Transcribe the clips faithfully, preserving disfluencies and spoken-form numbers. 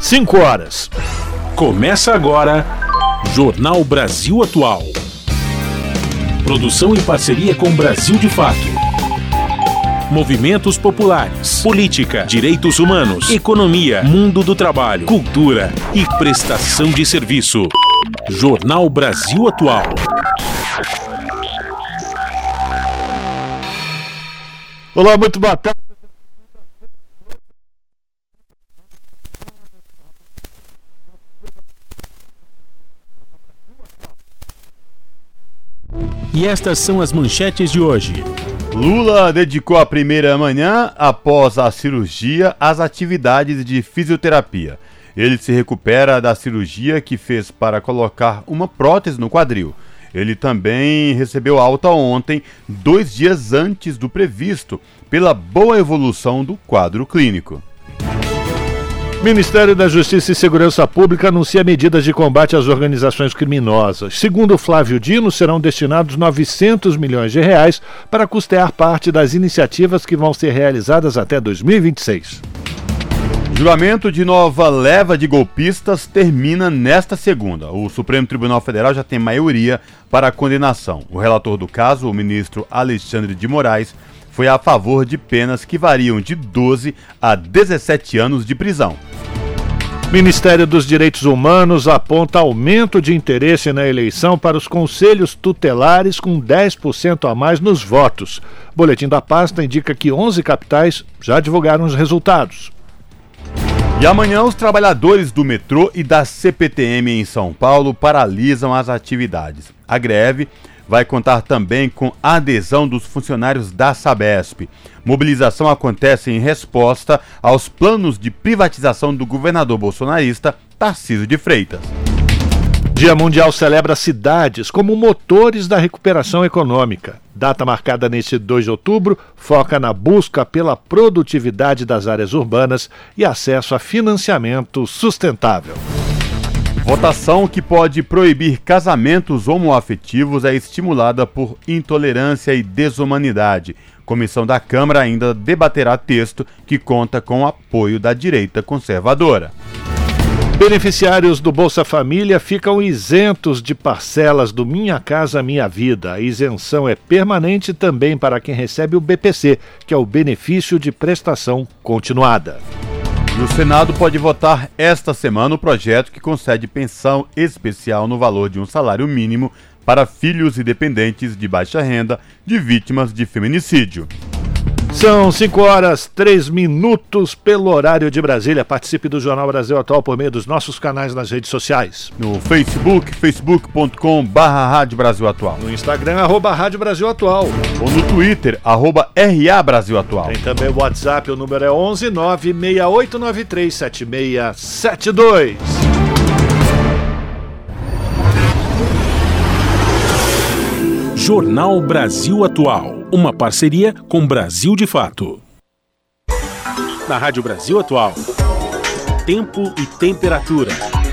cinco horas. Começa agora, Jornal Brasil Atual. Produção em parceria com Brasil de Fato. Movimentos populares, política, direitos humanos, economia, mundo do trabalho, cultura e prestação de serviço. Jornal Brasil Atual. Olá, muito boa tarde. E estas são as manchetes de hoje. Lula dedicou a primeira manhã, após a cirurgia, às atividades de fisioterapia. Ele se recupera da cirurgia que fez para colocar uma prótese no quadril. Ele também recebeu alta ontem, dois dias antes do previsto, pela boa evolução do quadro clínico. Ministério da Justiça e Segurança Pública anuncia medidas de combate às organizações criminosas. Segundo Flávio Dino, serão destinados novecentos milhões de reais para custear parte das iniciativas que vão ser realizadas até dois mil e vinte e seis. Juramento de nova leva de golpistas termina nesta segunda. O Supremo Tribunal Federal já tem maioria para a condenação. O relator do caso, o ministro Alexandre de Moraes, foi a favor de penas que variam de doze a dezessete anos de prisão. Ministério dos Direitos Humanos aponta aumento de interesse na eleição para os conselhos tutelares com dez por cento a mais nos votos. Boletim da pasta indica que onze capitais já divulgaram os resultados. E amanhã os trabalhadores do metrô e da C P T M em São Paulo paralisam as atividades. A greve vai contar também com a adesão dos funcionários da Sabesp. Mobilização acontece em resposta aos planos de privatização do governador bolsonarista Tarcísio de Freitas. Dia Mundial celebra cidades como motores da recuperação econômica. Data marcada neste dois de outubro foca na busca pela produtividade das áreas urbanas e acesso a financiamento sustentável. Votação que pode proibir casamentos homoafetivos é estimulada por intolerância e desumanidade. Comissão da Câmara ainda debaterá texto que conta com o apoio da direita conservadora. Beneficiários do Bolsa Família ficam isentos de parcelas do Minha Casa Minha Vida. A isenção é permanente também para quem recebe o B P C, que é o Benefício de Prestação Continuada. E o Senado pode votar esta semana o projeto que concede pensão especial no valor de um salário mínimo para filhos e dependentes de baixa renda de vítimas de feminicídio. São cinco horas, três minutos pelo horário de Brasília. Participe do Jornal Brasil Atual por meio dos nossos canais nas redes sociais. No Facebook, facebook ponto com barra Rádio Brasil Atual. No Instagram, arroba Rádio Brasil Atual. Ou no Twitter, arroba R A Brasil Atual. Tem também o WhatsApp, o número é onze nove seis oito nove três sete seis sete dois. Jornal Brasil Atual, uma parceria com Brasil de Fato. Na Rádio Brasil Atual, tempo e temperatura.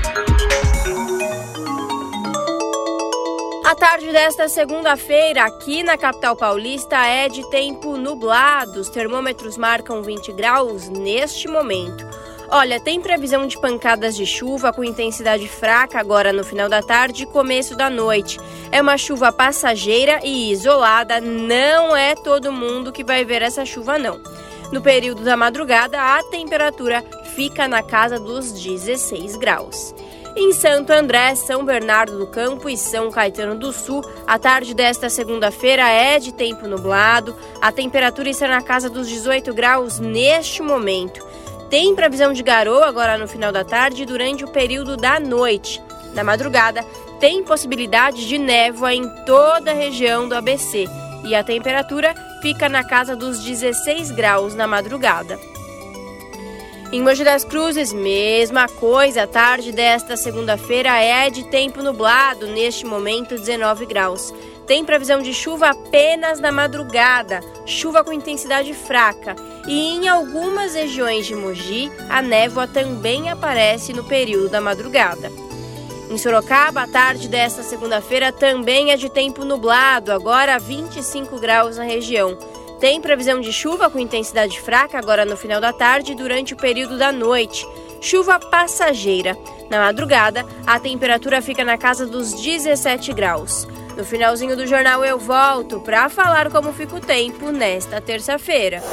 A tarde desta segunda-feira, aqui na capital paulista, é de tempo nublado. Os termômetros marcam vinte graus neste momento. Olha, tem previsão de pancadas de chuva com intensidade fraca agora no final da tarde e começo da noite. É uma chuva passageira e isolada, não é todo mundo que vai ver essa chuva não. No período da madrugada, a temperatura fica na casa dos dezesseis graus. Em Santo André, São Bernardo do Campo e São Caetano do Sul, a tarde desta segunda-feira é de tempo nublado, a temperatura está na casa dos dezoito graus neste momento. Tem previsão de garoa agora no final da tarde e durante o período da noite. Na madrugada, tem possibilidade de névoa em toda a região do A B C e a temperatura fica na casa dos dezesseis graus na madrugada. Em Mogi das Cruzes, mesma coisa, a tarde desta segunda-feira é de tempo nublado, neste momento dezenove graus. Tem previsão de chuva apenas na madrugada, chuva com intensidade fraca. E em algumas regiões de Mogi, a névoa também aparece no período da madrugada. Em Sorocaba, a tarde desta segunda-feira também é de tempo nublado, agora vinte e cinco graus na região. Tem previsão de chuva com intensidade fraca agora no final da tarde e durante o período da noite. chuva passageira. Na madrugada, a temperatura fica na casa dos dezessete graus. No finalzinho do jornal eu volto para falar como fica o tempo nesta terça-feira.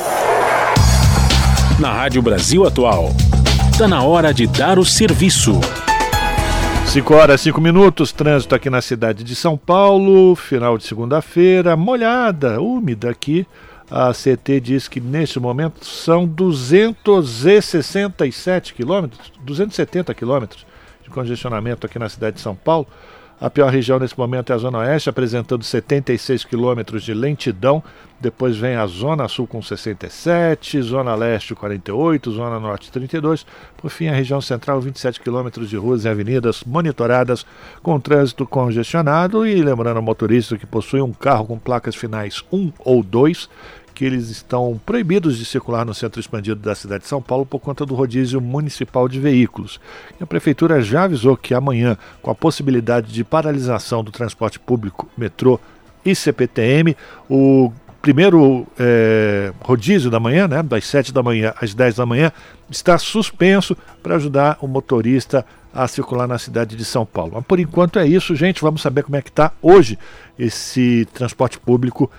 Na Rádio Brasil Atual, está na hora de dar o serviço. cinco horas, cinco minutos, trânsito aqui na cidade de São Paulo, final de segunda-feira, molhada, úmida aqui. A C T diz que neste momento são duzentos e sessenta e sete quilômetros, duzentos e setenta quilômetros de congestionamento aqui na cidade de São Paulo. A pior região nesse momento é a Zona Oeste, apresentando setenta e seis quilômetros de lentidão. Depois vem a Zona Sul com sessenta e sete, Zona Leste quarenta e oito, Zona Norte trinta e dois. Por fim, a região central, vinte e sete quilômetros de ruas e avenidas monitoradas com trânsito congestionado. E lembrando ao motorista que possui um carro com placas finais um ou dois, que eles estão proibidos de circular no centro expandido da cidade de São Paulo por conta do rodízio municipal de veículos. E a Prefeitura já avisou que amanhã, com a possibilidade de paralisação do transporte público, metrô e C P T M, o primeiro é, rodízio da manhã, né, das sete da manhã às dez da manhã, está suspenso para ajudar o motorista a circular na cidade de São Paulo. Mas por enquanto é isso, gente. Vamos saber como é que está hoje esse transporte público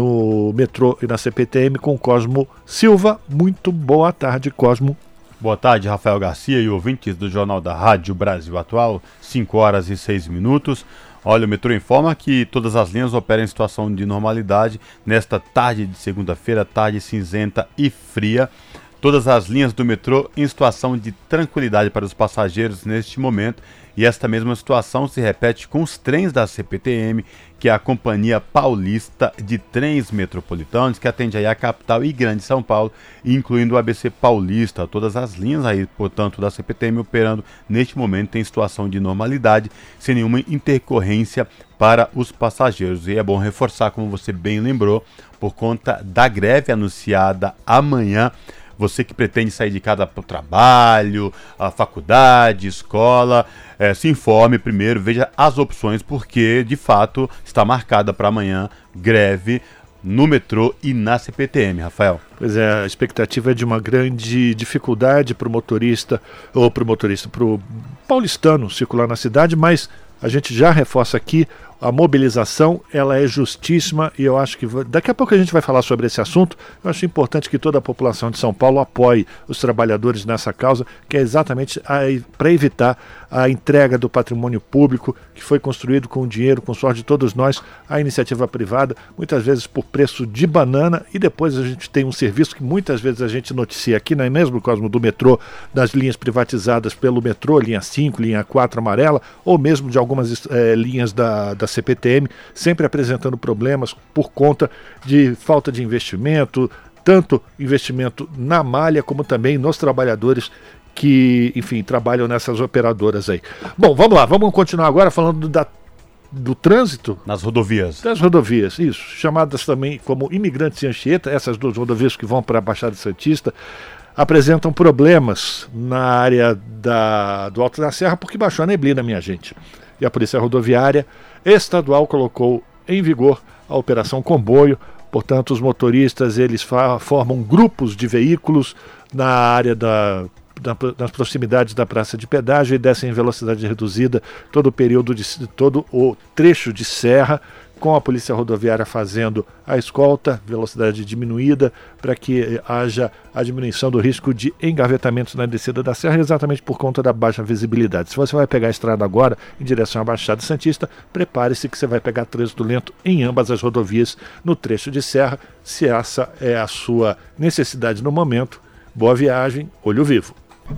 no metrô e na C P T M com Cosmo Silva. Muito boa tarde, Cosmo. Boa tarde, Rafael Garcia e ouvintes do Jornal da Rádio Brasil Atual, cinco horas e seis minutos. Olha, o metrô informa que todas as linhas operam em situação de normalidade nesta tarde de segunda-feira, tarde cinzenta e fria. Todas as linhas do metrô em situação de tranquilidade para os passageiros neste momento, e esta mesma situação se repete com os trens da C P T M, que é a Companhia Paulista de Trens Metropolitanos, que atende aí a capital e Grande São Paulo, incluindo o A B C Paulista. Todas as linhas aí, portanto, da C P T M operando neste momento em situação de normalidade, sem nenhuma intercorrência para os passageiros. E é bom reforçar, como você bem lembrou, por conta da greve anunciada amanhã. Você que pretende sair de casa para o trabalho, a faculdade, escola, é, se informe primeiro, veja as opções, porque de fato está marcada para amanhã greve no metrô e na C P T M, Rafael. Pois é, a expectativa é de uma grande dificuldade para o motorista, ou para o motorista, para o paulistano circular na cidade, mas a gente já reforça aqui, a mobilização ela é justíssima e eu acho que daqui a pouco a gente vai falar sobre esse assunto. Eu acho importante que toda a população de São Paulo apoie os trabalhadores nessa causa, que é exatamente para evitar a entrega do patrimônio público que foi construído com o dinheiro, com o suor de todos nós, a iniciativa privada, muitas vezes por preço de banana, e depois a gente tem um serviço que muitas vezes a gente noticia aqui, não é mesmo, Cosmo, do metrô, das linhas privatizadas pelo metrô, linha cinco, linha quatro amarela, ou mesmo de algumas é, linhas da, da C P T M, sempre apresentando problemas por conta de falta de investimento, tanto investimento na malha como também nos trabalhadores que, enfim, trabalham nessas operadoras aí. Bom, vamos lá, vamos continuar agora falando da, do trânsito. Nas rodovias. Das rodovias, isso, chamadas também como Imigrantes e Anchieta, essas duas rodovias que vão para a Baixada Santista, apresentam problemas na área da, do Alto da Serra porque baixou a neblina, minha gente. E a Polícia Rodoviária Estadual colocou em vigor a Operação Comboio. Portanto, os motoristas eles fa- formam grupos de veículos na área da, da, nas proximidades da praça de pedágio e descem em velocidade reduzida todo o período de todo o trecho de serra, com a Polícia Rodoviária fazendo a escolta, velocidade diminuída, para que haja a diminuição do risco de engavetamentos na descida da serra, exatamente por conta da baixa visibilidade. Se você vai pegar a estrada agora em direção à Baixada Santista, prepare-se que você vai pegar trânsito lento em ambas as rodovias no trecho de serra. Se essa é a sua necessidade no momento, boa viagem, olho vivo.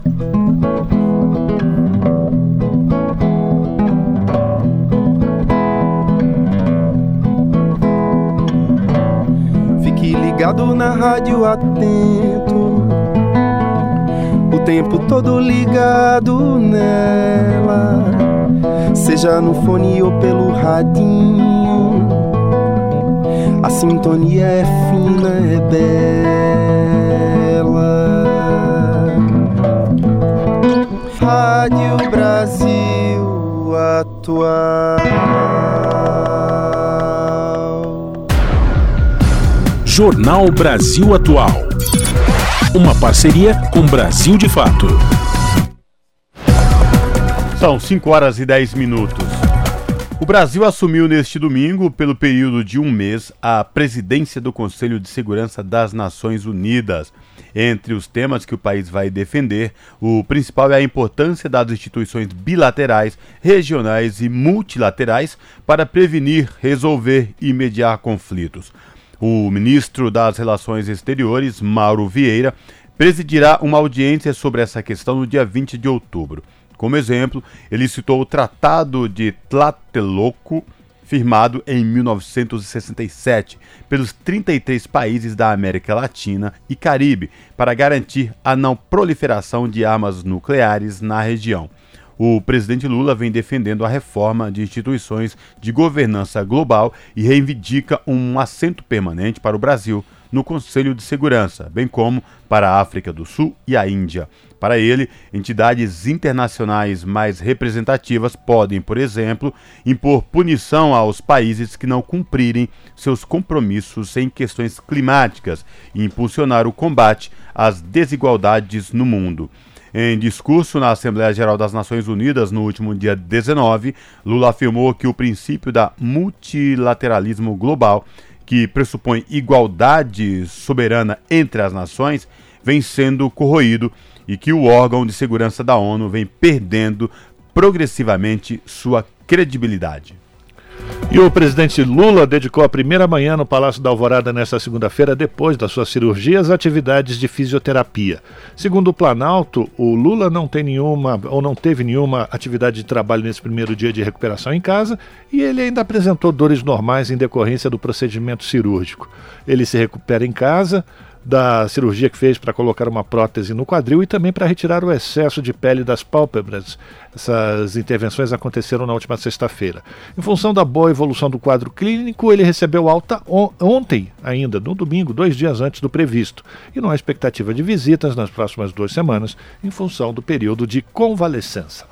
Ligado na rádio atento, o tempo todo ligado nela, seja no fone ou pelo radinho, a sintonia é fina, é bela. Rádio Brasil Atual. Jornal Brasil Atual. Uma parceria com Brasil de Fato. São cinco horas e dez minutos. O Brasil assumiu neste domingo, pelo período de um mês, a presidência do Conselho de Segurança das Nações Unidas. Entre os temas que o país vai defender, o principal é a importância das instituições bilaterais, regionais e multilaterais para prevenir, resolver e mediar conflitos. O ministro das Relações Exteriores, Mauro Vieira, presidirá uma audiência sobre essa questão no dia vinte de outubro. Como exemplo, ele citou o Tratado de Tlatelolco, firmado em mil novecentos e sessenta e sete pelos trinta e três países da América Latina e Caribe para garantir a não proliferação de armas nucleares na região. O presidente Lula vem defendendo a reforma de instituições de governança global e reivindica um assento permanente para o Brasil no Conselho de Segurança, bem como para a África do Sul e a Índia. Para ele, entidades internacionais mais representativas podem, por exemplo, impor punição aos países que não cumprirem seus compromissos em questões climáticas e impulsionar o combate às desigualdades no mundo. Em discurso na Assembleia Geral das Nações Unidas no último dia dezenove, Lula afirmou que o princípio da multilateralismo global, que pressupõe igualdade soberana entre as nações, vem sendo corroído e que o órgão de segurança da ONU vem perdendo progressivamente sua credibilidade. E o presidente Lula dedicou a primeira manhã no Palácio da Alvorada nesta segunda-feira, depois da sua cirurgia, às atividades de fisioterapia. Segundo o Planalto, o Lula não tem nenhuma ou não teve nenhuma atividade de trabalho nesse primeiro dia de recuperação em casa e ele ainda apresentou dores normais em decorrência do procedimento cirúrgico. Ele se recupera em casa da cirurgia que fez para colocar uma prótese no quadril e também para retirar o excesso de pele das pálpebras. Essas intervenções aconteceram na última sexta-feira. Em função da boa evolução do quadro clínico, ele recebeu alta on- ontem, ainda no domingo, dois dias antes do previsto. E não há expectativa de visitas nas próximas duas semanas, em função do período de convalescença.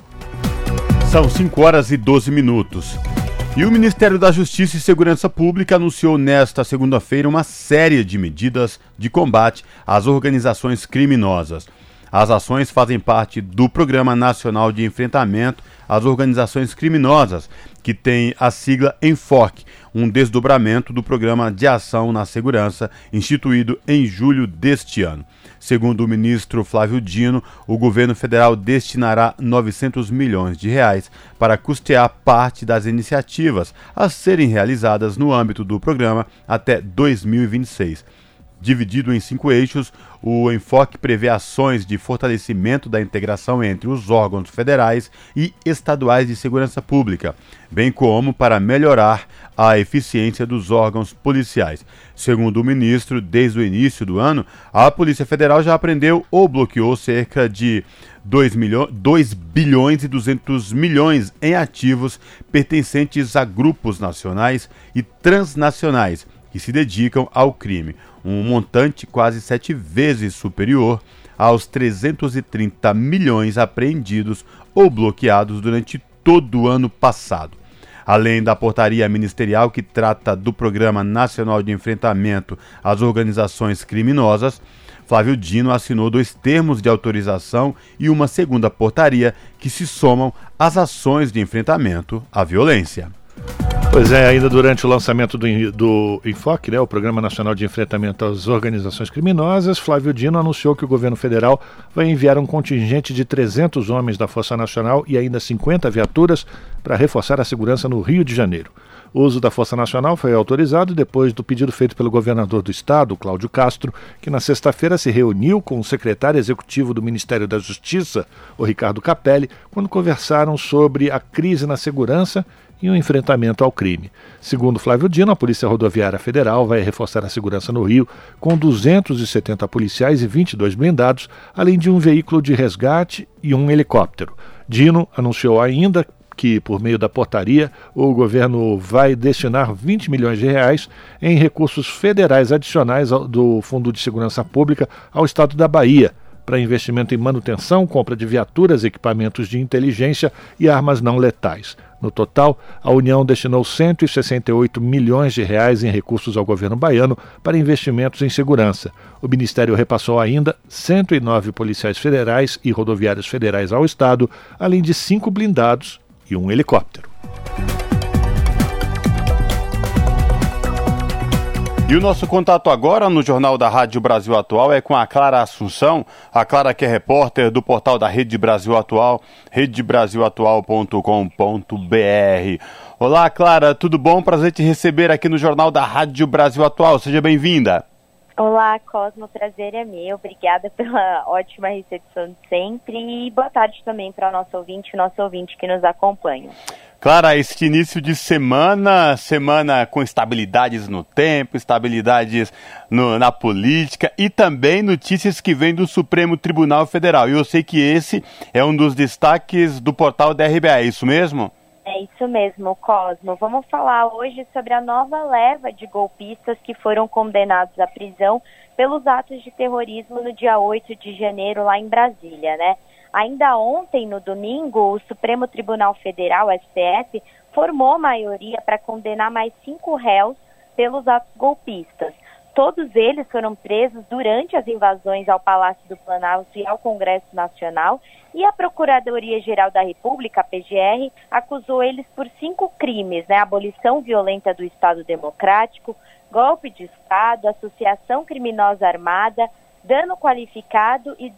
São cinco horas e doze minutos. E o Ministério da Justiça e Segurança Pública anunciou nesta segunda-feira uma série de medidas de combate às organizações criminosas. As ações fazem parte do Programa Nacional de Enfrentamento às Organizações Criminosas, que tem a sigla ENFOC, um desdobramento do Programa de Ação na Segurança, instituído em julho deste ano. Segundo o ministro Flávio Dino, o governo federal destinará novecentos milhões de reais para custear parte das iniciativas a serem realizadas no âmbito do programa até dois mil e vinte e seis. Dividido em cinco eixos, o enfoque prevê ações de fortalecimento da integração entre os órgãos federais e estaduais de segurança pública, bem como para melhorar a eficiência dos órgãos policiais. Segundo o ministro, desde o início do ano, a Polícia Federal já apreendeu ou bloqueou cerca de dois bilhões e duzentos milhões em ativos pertencentes a grupos nacionais e transnacionais que se dedicam ao crime, um montante quase sete vezes superior aos trezentos e trinta milhões apreendidos ou bloqueados durante todo o ano passado. Além da portaria ministerial que trata do Programa Nacional de Enfrentamento às Organizações Criminosas, Flávio Dino assinou dois termos de autorização e uma segunda portaria que se somam às ações de enfrentamento à violência. Pois é, ainda durante o lançamento do, do Enfoque, né, o Programa Nacional de Enfrentamento às Organizações Criminosas, Flávio Dino anunciou que o governo federal vai enviar um contingente de trezentos homens da Força Nacional e ainda cinquenta viaturas para reforçar a segurança no Rio de Janeiro. O uso da Força Nacional foi autorizado depois do pedido feito pelo governador do estado, Cláudio Castro, que na sexta-feira se reuniu com o secretário executivo do Ministério da Justiça, o Ricardo Capelli, quando conversaram sobre a crise na segurança e o enfrentamento ao crime. Segundo Flávio Dino, a Polícia Rodoviária Federal vai reforçar a segurança no Rio com duzentos e setenta policiais e vinte e dois blindados, além de um veículo de resgate e um helicóptero. Dino anunciou ainda que, por meio da portaria, o governo vai destinar vinte milhões de reais em recursos federais adicionais do Fundo de Segurança Pública ao estado da Bahia, para investimento em manutenção, compra de viaturas, equipamentos de inteligência e armas não letais. No total, a União destinou cento e sessenta e oito milhões de reais em recursos ao governo baiano para investimentos em segurança. O Ministério repassou ainda cento e nove policiais federais e rodoviários federais ao Estado, além de cinco blindados e um helicóptero. E o nosso contato agora no Jornal da Rádio Brasil Atual é com a Clara Assunção, a Clara que é repórter do portal da Rede Brasil Atual, rede brasil atual ponto com ponto b r. Olá, Clara, tudo bom? Prazer te receber aqui no Jornal da Rádio Brasil Atual, seja bem-vinda. Olá, Cosmo, prazer é meu, obrigada pela ótima recepção de sempre e boa tarde também para o nosso ouvinte, o nosso ouvinte que nos acompanha. Clara, este início de semana, semana com estabilidades no tempo, estabilidades no, na política e também notícias que vêm do Supremo Tribunal Federal. E eu sei que esse é um dos destaques do portal da R B A, é isso mesmo? É isso mesmo, Cosmo. Vamos falar hoje sobre a nova leva de golpistas que foram condenados à prisão pelos atos de terrorismo no dia oito de janeiro lá em Brasília, né? Ainda ontem, no domingo, o Supremo Tribunal Federal, S T F, formou maioria para condenar mais cinco réus pelos atos golpistas. Todos eles foram presos durante as invasões ao Palácio do Planalto e ao Congresso Nacional, e a Procuradoria-Geral da República, a P G R, acusou eles por cinco crimes, né? Abolição violenta do Estado Democrático, golpe de Estado, associação criminosa armada, dano qualificado e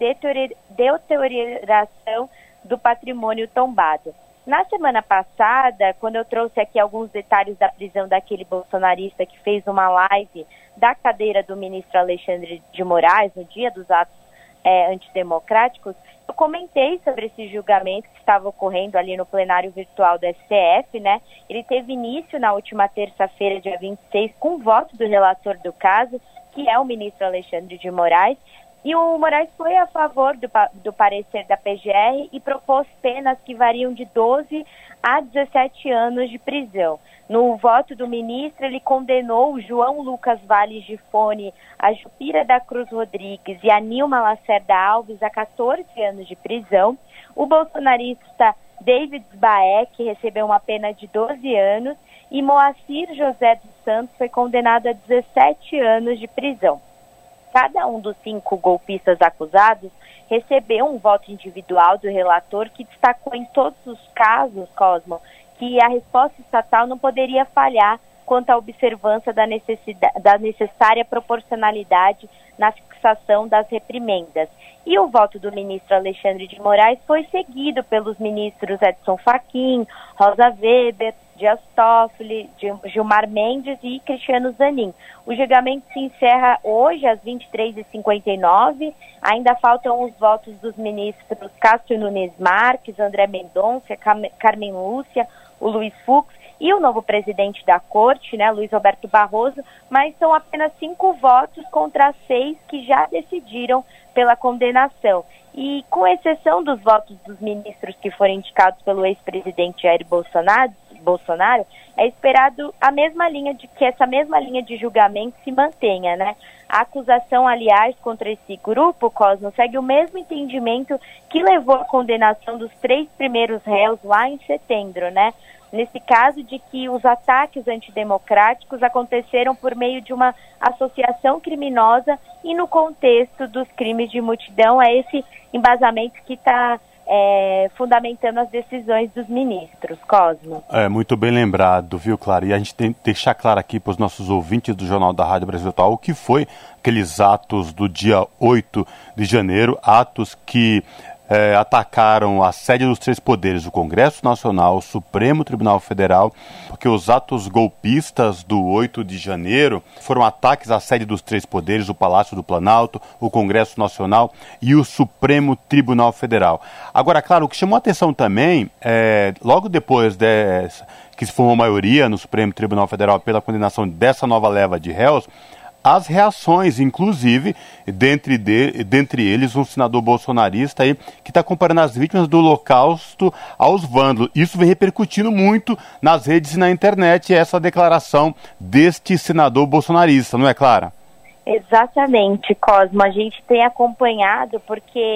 deterioração do patrimônio tombado. Na semana passada, quando eu trouxe aqui alguns detalhes da prisão daquele bolsonarista que fez uma live da cadeira do ministro Alexandre de Moraes, no dia dos atos é, antidemocráticos, eu comentei sobre esse julgamento que estava ocorrendo ali no plenário virtual do S T F, né? Ele teve início na última terça-feira, dia vinte e seis, com o voto do relator do caso, que é o ministro Alexandre de Moraes, e o Moraes foi a favor do, do parecer da P G R e propôs penas que variam de doze a dezessete anos de prisão. No voto do ministro, ele condenou o João Lucas Valles de Fone, a Jupira da Cruz Rodrigues e a Nilma Lacerda Alves a catorze anos de prisão. O bolsonarista David Baek recebeu uma pena de doze anos e Moacir José dos Santos foi condenado a dezessete anos de prisão. Cada um dos cinco golpistas acusados recebeu um voto individual do relator que destacou em todos os casos, Cosmo, que a resposta estatal não poderia falhar quanto à observância da, necessidade, da necessária proporcionalidade na fixação das reprimendas. E o voto do ministro Alexandre de Moraes foi seguido pelos ministros Edson Fachin, Rosa Weber, Dias Toffoli, Gilmar Mendes e Cristiano Zanin. O julgamento se encerra hoje às vinte e três e cinquenta e nove. Ainda faltam os votos dos ministros Cássio Nunes Marques, André Mendonça, Carmen Lúcia, o Luiz Fux e o novo presidente da corte, né, Luiz Roberto Barroso, mas são apenas cinco votos contra seis que já decidiram pela condenação. E com exceção dos votos dos ministros que foram indicados pelo ex-presidente Jair Bolsonaro, Bolsonaro, é esperado a mesma linha de que essa mesma linha de julgamento se mantenha, né? A acusação, aliás, contra esse grupo, Cosmo, segue o mesmo entendimento que levou à condenação dos três primeiros réus lá em setembro, né? Nesse caso de que os ataques antidemocráticos aconteceram por meio de uma associação criminosa e no contexto dos crimes de multidão, é esse embasamento que está é, fundamentando as decisões dos ministros, Cosmo. É, muito bem lembrado, viu, Clara? E a gente tem que deixar claro aqui para os nossos ouvintes do Jornal da Rádio Brasil Atual o que foi aqueles atos do dia oito de janeiro, atos que É, atacaram a sede dos três poderes, o Congresso Nacional, o Supremo Tribunal Federal, porque os atos golpistas do oito de janeiro foram ataques à sede dos três poderes, o Palácio do Planalto, o Congresso Nacional e o Supremo Tribunal Federal. Agora, claro, o que chamou a atenção também, é, logo depois dessa, que se formou maioria no Supremo Tribunal Federal pela condenação dessa nova leva de réus, as reações, inclusive, dentre, de, dentre eles, um senador bolsonarista aí, que está comparando as vítimas do Holocausto aos vândalos. Isso vem repercutindo muito nas redes e na internet, essa declaração deste senador bolsonarista, não é, Clara? Exatamente, Cosmo. A gente tem acompanhado porque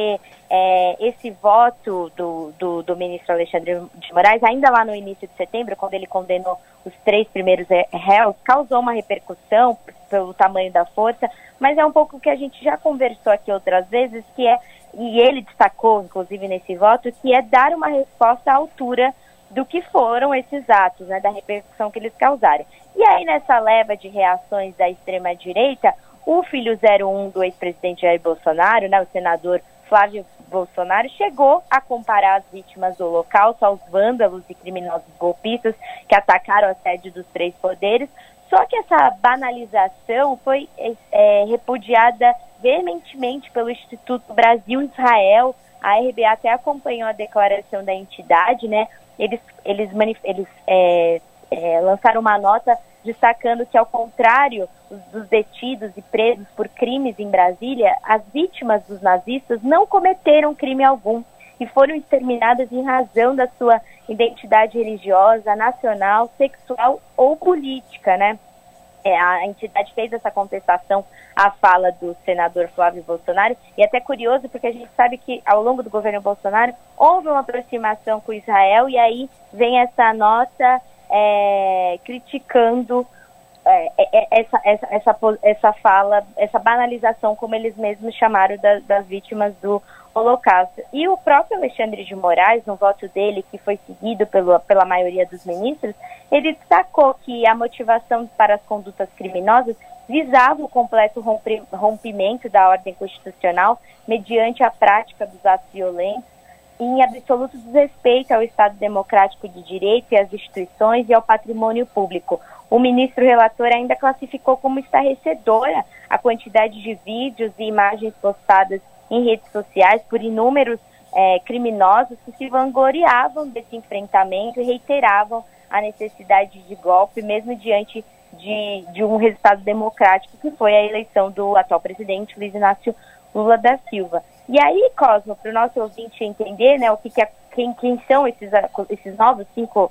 é, esse voto do, do, do ministro Alexandre de Moraes, ainda lá no início de setembro, quando ele condenou os três primeiros réus, causou uma repercussão pelo tamanho da força, mas é um pouco o que a gente já conversou aqui outras vezes, que é, e ele destacou, inclusive, nesse voto, que é dar uma resposta à altura do que foram esses atos, né, da repercussão que eles causaram. E aí, nessa leva de reações da extrema-direita, o filho zero um do ex-presidente Jair Bolsonaro, né, o senador Flávio Bolsonaro, chegou a comparar as vítimas do Holocausto aos vândalos e criminosos golpistas que atacaram a sede dos três poderes. Só que essa banalização foi é, repudiada veementemente pelo Instituto Brasil-Israel. A R B A até acompanhou a declaração da entidade, né? Eles, eles, eles é, é, lançaram uma nota destacando que, ao contrário dos detidos e presos por crimes em Brasília, as vítimas dos nazistas não cometeram crime algum e foram exterminadas em razão da sua identidade religiosa, nacional, sexual ou política, né? É, a entidade fez essa contestação à fala do senador Flávio Bolsonaro, e é até curioso porque a gente sabe que ao longo do governo Bolsonaro houve uma aproximação com Israel, e aí vem essa nota é, criticando é, essa, essa, essa, essa fala, essa banalização, como eles mesmos chamaram, das, das vítimas do Holocausto. E o próprio Alexandre de Moraes, no voto dele, que foi seguido pelo, pela maioria dos ministros, ele destacou que a motivação para as condutas criminosas visava o completo rompimento da ordem constitucional mediante a prática dos atos violentos, em absoluto desrespeito ao Estado Democrático de Direito e às instituições e ao patrimônio público. O ministro relator ainda classificou como estarrecedora a quantidade de vídeos e imagens postadas em redes sociais por inúmeros é, criminosos que se vangloriavam desse enfrentamento e reiteravam a necessidade de golpe, mesmo diante de, de um resultado democrático, que foi a eleição do atual presidente Luiz Inácio Lula da Silva. E aí, Cosmo, para o nosso ouvinte entender, né, o que, que é, quem, quem são esses, esses novos cinco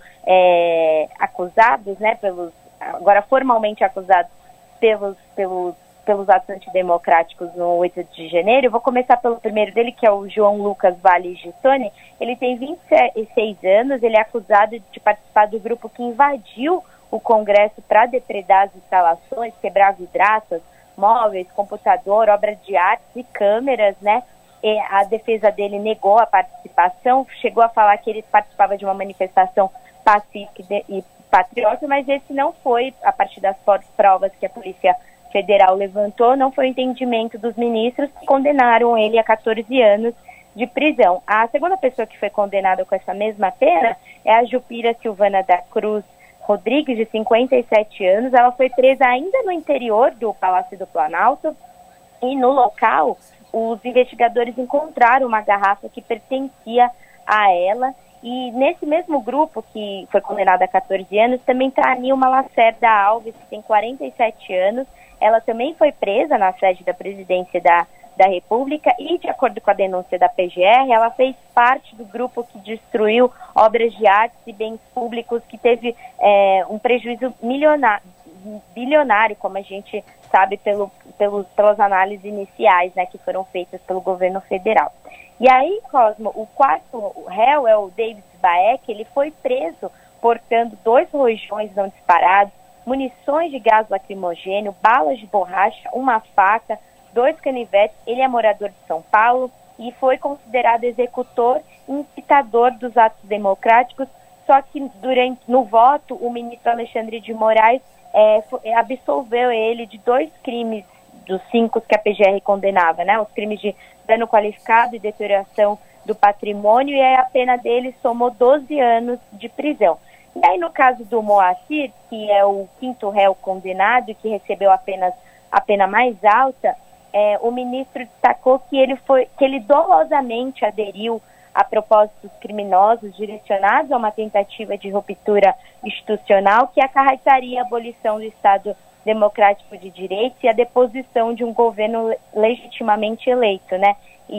é, acusados, né, pelos, agora formalmente acusados pelos, pelos, pelos atos antidemocráticos no oito de janeiro, eu vou começar pelo primeiro dele, que é o João Lucas Vale Gissoni. Ele tem vinte e seis anos, ele é acusado de participar do grupo que invadiu o Congresso para depredar as instalações, quebrar vidraças, móveis, computador, obras de arte e câmeras, né? E a defesa dele negou a participação, chegou a falar que ele participava de uma manifestação pacífica e patriota, mas esse não foi, a partir das fortes provas que a Polícia Federal levantou, não foi o entendimento dos ministros, que condenaram ele a quatorze anos de prisão. A segunda pessoa que foi condenada com essa mesma pena é a Jupira Silvana da Cruz Rodrigues, de cinquenta e sete anos. Ela foi presa ainda no interior do Palácio do Planalto, e no local os investigadores encontraram uma garrafa que pertencia a ela. E nesse mesmo grupo que foi condenada a quatorze anos, também está a Nilma Lacerda Alves, que tem quarenta e sete anos. Ela também foi presa na sede da presidência da, da República e, de acordo com a denúncia da P G R, ela fez parte do grupo que destruiu obras de arte e bens públicos, que teve é, um prejuízo milionário, bilionário, como a gente sabe pelo, pelo, pelas análises iniciais, né, que foram feitas pelo governo federal. E aí, Cosmo, o quarto réu é o David Baek. Ele foi preso portando dois rojões não disparados, munições de gás lacrimogêneo, balas de borracha, uma faca, dois canivetes. Ele é morador de São Paulo e foi considerado executor e incitador dos atos democráticos, só que durante, no voto, o ministro Alexandre de Moraes é, foi, absolveu ele de dois crimes dos cinco que a P G R condenava, né? Os crimes de dano qualificado e deterioração do patrimônio, e aí a pena dele somou doze anos de prisão. E aí, no caso do Moacir, que é o quinto réu condenado e que recebeu apenas a pena mais alta, é, o ministro destacou que ele, foi, que ele dolosamente aderiu a propósitos criminosos direcionados a uma tentativa de ruptura institucional que acarretaria a abolição do Estado Democrático de Direito e a deposição de um governo legitimamente eleito, né?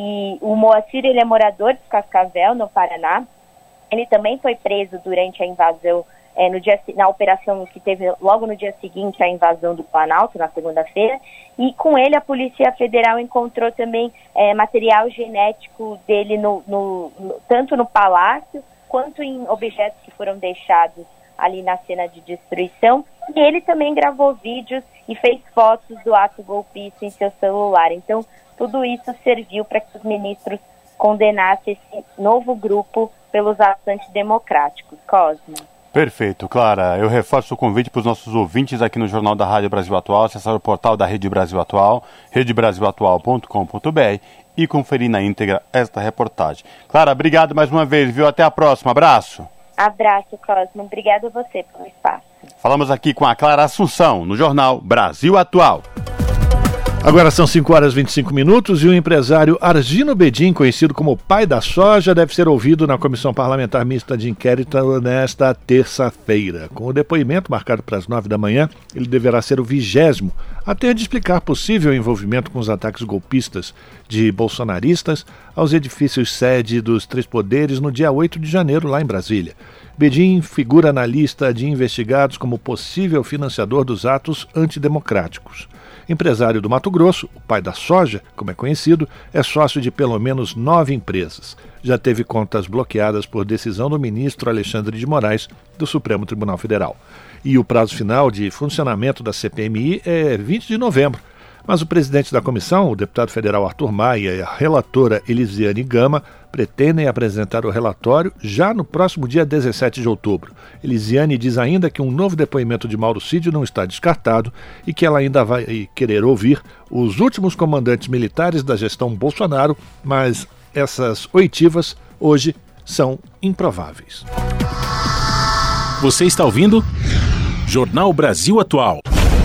E o Moacir, ele é morador de Cascavel, no Paraná. Ele também foi preso durante a invasão é, no dia, na operação que teve logo no dia seguinte à invasão do Planalto, na segunda-feira, e com ele a Polícia Federal encontrou também é, material genético dele no, no, no, tanto no palácio quanto em objetos que foram deixados ali na cena de destruição, e ele também gravou vídeos e fez fotos do ato golpista em seu celular. Então, tudo isso serviu para que os ministros condenassem esse novo grupo pelos atos antidemocráticos. Cosmo. Perfeito, Clara. Eu reforço o convite para os nossos ouvintes aqui no Jornal da Rádio Brasil Atual, acessar o portal da Rede Brasil Atual, rede brasil atual ponto com ponto b r e conferir na íntegra esta reportagem. Clara, obrigado mais uma vez, viu? Até a próxima. Abraço. Abraço, Cosmo. Obrigada a você pelo espaço. Falamos aqui com a Clara Assunção, no Jornal Brasil Atual. Agora são cinco horas e vinte e cinco minutos e o empresário Argino Bedin, conhecido como pai da soja, deve ser ouvido na Comissão Parlamentar Mista de Inquérito nesta terça-feira. Com o depoimento marcado para as nove da manhã, ele deverá ser o vigésimo a ter de explicar possível envolvimento com os ataques golpistas de bolsonaristas aos edifícios sede dos Três Poderes no dia oito de janeiro, lá em Brasília. Bedin figura na lista de investigados como possível financiador dos atos antidemocráticos. Empresário do Mato Grosso, o pai da soja, como é conhecido, é sócio de pelo menos nove empresas. Já teve contas bloqueadas por decisão do ministro Alexandre de Moraes, do Supremo Tribunal Federal. E o prazo final de funcionamento da C P M I é vinte de novembro. Mas o presidente da comissão, o deputado federal Arthur Maia, e a relatora Elisiane Gama pretendem apresentar o relatório já no próximo dia dezessete de outubro. Elisiane diz ainda que um novo depoimento de Mauro Cid não está descartado e que ela ainda vai querer ouvir os últimos comandantes militares da gestão Bolsonaro, mas essas oitivas hoje são improváveis. Você está ouvindo? Jornal Brasil Atual.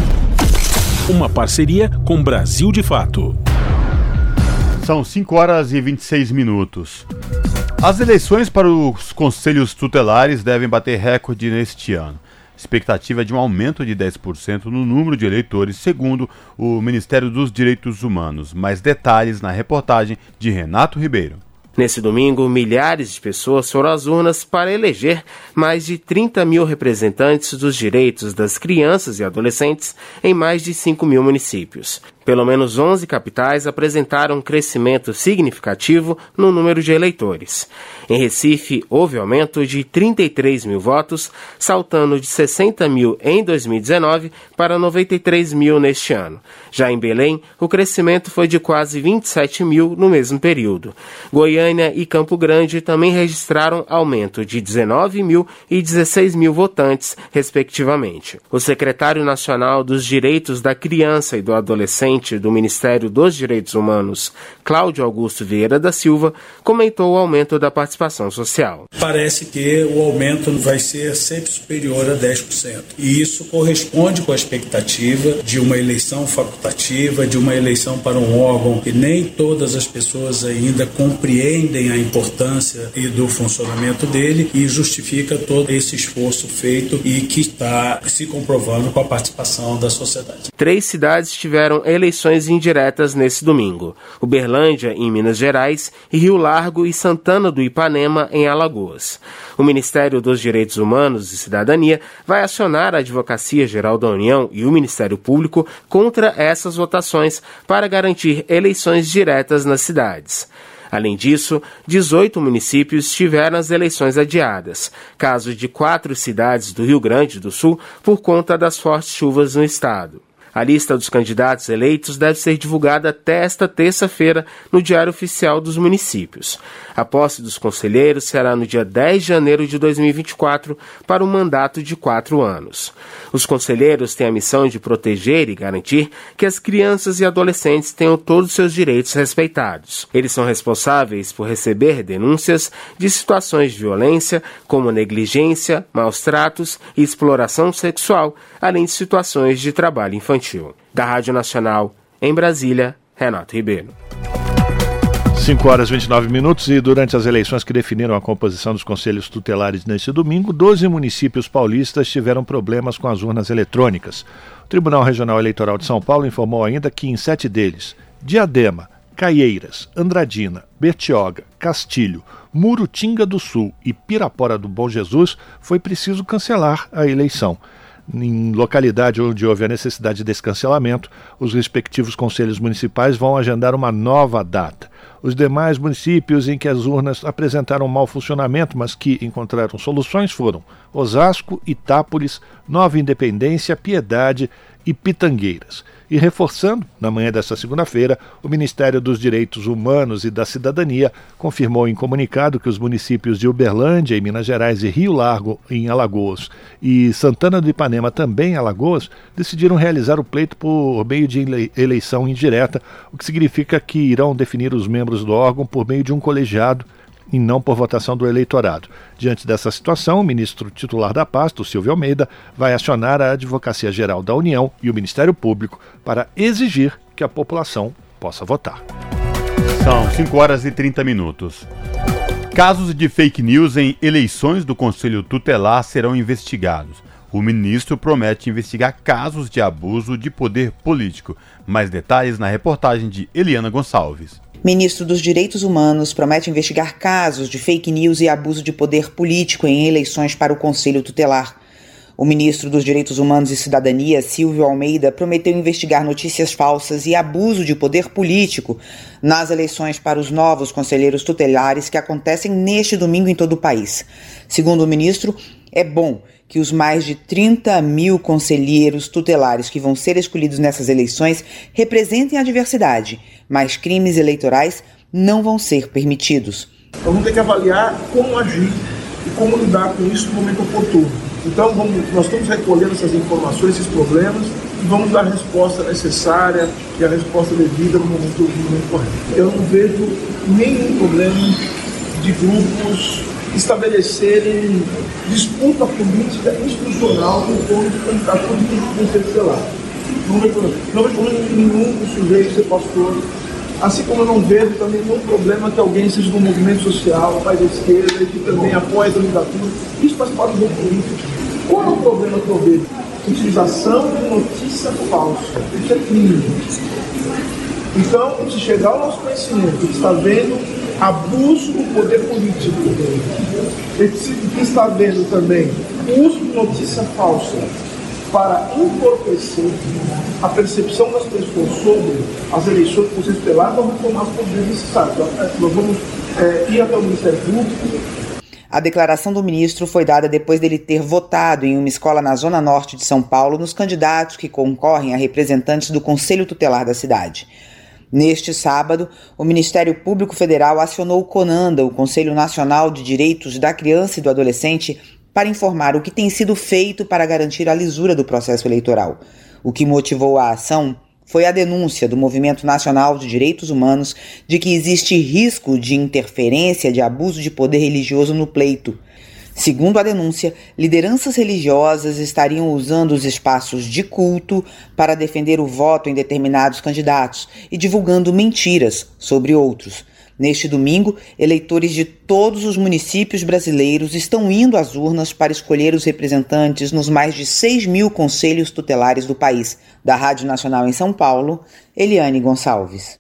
Uma parceria com Brasil de Fato. São cinco horas e vinte e seis minutos. As eleições para os conselhos tutelares devem bater recorde neste ano. Expectativa é de um aumento de dez por cento no número de eleitores, segundo o Ministério dos Direitos Humanos. Mais detalhes na reportagem de Renato Ribeiro. Nesse domingo, milhares de pessoas foram às urnas para eleger mais de trinta mil representantes dos direitos das crianças e adolescentes em mais de cinco mil municípios. Pelo menos onze capitais apresentaram um crescimento significativo no número de eleitores. Em Recife, houve aumento de trinta e três mil votos, saltando de sessenta mil em dois mil e dezenove para noventa e três mil neste ano. Já em Belém, o crescimento foi de quase vinte e sete mil no mesmo período. Goiânia e Campo Grande também registraram aumento de dezenove mil e dezesseis mil votantes, respectivamente. O secretário nacional dos Direitos da Criança e do Adolescente do Ministério dos Direitos Humanos, Cláudio Augusto Vieira da Silva, comentou o aumento da participação social. Parece que o aumento vai ser sempre superior a dez por cento. E isso corresponde com a expectativa de uma eleição facultativa, de uma eleição para um órgão que nem todas as pessoas ainda compreendem a importância e do funcionamento dele, e justifica todo esse esforço feito e que está se comprovando com a participação da sociedade. Três cidades tiveram eleições indiretas nesse domingo: Uberlândia, em Minas Gerais, e Rio Largo e Santana do Ipanema, em Alagoas. O Ministério dos Direitos Humanos e Cidadania vai acionar a Advocacia Geral da União e o Ministério Público contra essas votações para garantir eleições diretas nas cidades. Além disso, dezoito municípios tiveram as eleições adiadas, caso de quatro cidades do Rio Grande do Sul, por conta das fortes chuvas no estado. A lista dos candidatos eleitos deve ser divulgada até esta terça-feira no Diário Oficial dos Municípios. A posse dos conselheiros será no dia dez de janeiro de dois mil e vinte e quatro para um mandato de quatro anos. Os conselheiros têm a missão de proteger e garantir que as crianças e adolescentes tenham todos os seus direitos respeitados. Eles são responsáveis por receber denúncias de situações de violência, como negligência, maus tratos e exploração sexual, além de situações de trabalho infantil. Da Rádio Nacional, em Brasília, Renato Ribeiro. cinco horas e vinte e nove minutos e durante as eleições que definiram a composição dos conselhos tutelares neste domingo, doze municípios paulistas tiveram problemas com as urnas eletrônicas. O Tribunal Regional Eleitoral de São Paulo informou ainda que em sete deles, Diadema, Caieiras, Andradina, Bertioga, Castilho, Murutinga do Sul e Pirapora do Bom Jesus, foi preciso cancelar a eleição. Em localidade onde houve a necessidade desse cancelamento, os respectivos conselhos municipais vão agendar uma nova data. Os demais municípios em que as urnas apresentaram mau funcionamento, mas que encontraram soluções, foram Osasco, Itápolis, Nova Independência, Piedade e Pitangueiras. E reforçando, na manhã desta segunda-feira, o Ministério dos Direitos Humanos e da Cidadania confirmou em comunicado que os municípios de Uberlândia, em Minas Gerais, e Rio Largo, em Alagoas, e Santana do Ipanema, também em Alagoas, decidiram realizar o pleito por meio de eleição indireta, o que significa que irão definir os membros do órgão por meio de um colegiado e não por votação do eleitorado. Diante dessa situação, o ministro titular da pasta, o Silvio Almeida, vai acionar a Advocacia Geral da União e o Ministério Público para exigir que a população possa votar. São cinco horas e trinta minutos. Casos de fake news em eleições do Conselho Tutelar serão investigados. O ministro promete investigar casos de abuso de poder político. Mais detalhes na reportagem de Eliana Gonçalves. Ministro dos Direitos Humanos promete investigar casos de fake news e abuso de poder político em eleições para o Conselho Tutelar. O ministro dos Direitos Humanos e Cidadania, Silvio Almeida, prometeu investigar notícias falsas e abuso de poder político nas eleições para os novos conselheiros tutelares que acontecem neste domingo em todo o país. Segundo o ministro, é bom que os mais de trinta mil conselheiros tutelares que vão ser escolhidos nessas eleições representem a diversidade, mas crimes eleitorais não vão ser permitidos. Nós vamos ter que avaliar como agir e como lidar com isso no momento oportuno. Então, vamos, nós estamos recolhendo essas informações, esses problemas, e vamos dar a resposta necessária e a resposta devida no momento, no momento correto. Eu não vejo nenhum problema de grupos estabelecerem disputa política institucional em torno de candidatura de conselho tutelar. Não vejo problema nenhum o sujeito ser pastor. Assim como eu não vejo também nenhum problema que alguém seja do movimento social, mais da esquerda, e que também apoia a candidatura. Isso faz parte do jogo político. Qual é o problema que eu vejo? Utilização de notícia falsa. Isso é crime. Então, se chegar ao nosso conhecimento que está vendo abuso do poder político, que está vendo também o uso de notícia falsa para entorpecer a percepção das pessoas sobre as eleições do Conselho Tutelar, nós vamos tomar as providências necessárias. Nós vamos é, ir até o Ministério Público. A declaração do ministro foi dada depois dele ter votado em uma escola na Zona Norte de São Paulo nos candidatos que concorrem a representantes do Conselho Tutelar da cidade. Neste sábado, o Ministério Público Federal acionou o CONANDA, o Conselho Nacional de Direitos da Criança e do Adolescente, para informar o que tem sido feito para garantir a lisura do processo eleitoral. O que motivou a ação foi a denúncia do Movimento Nacional de Direitos Humanos de que existe risco de interferência de abuso de poder religioso no pleito. Segundo a denúncia, lideranças religiosas estariam usando os espaços de culto para defender o voto em determinados candidatos e divulgando mentiras sobre outros. Neste domingo, eleitores de todos os municípios brasileiros estão indo às urnas para escolher os representantes nos mais de seis mil conselhos tutelares do país. Da Rádio Nacional em São Paulo, Eliane Gonçalves.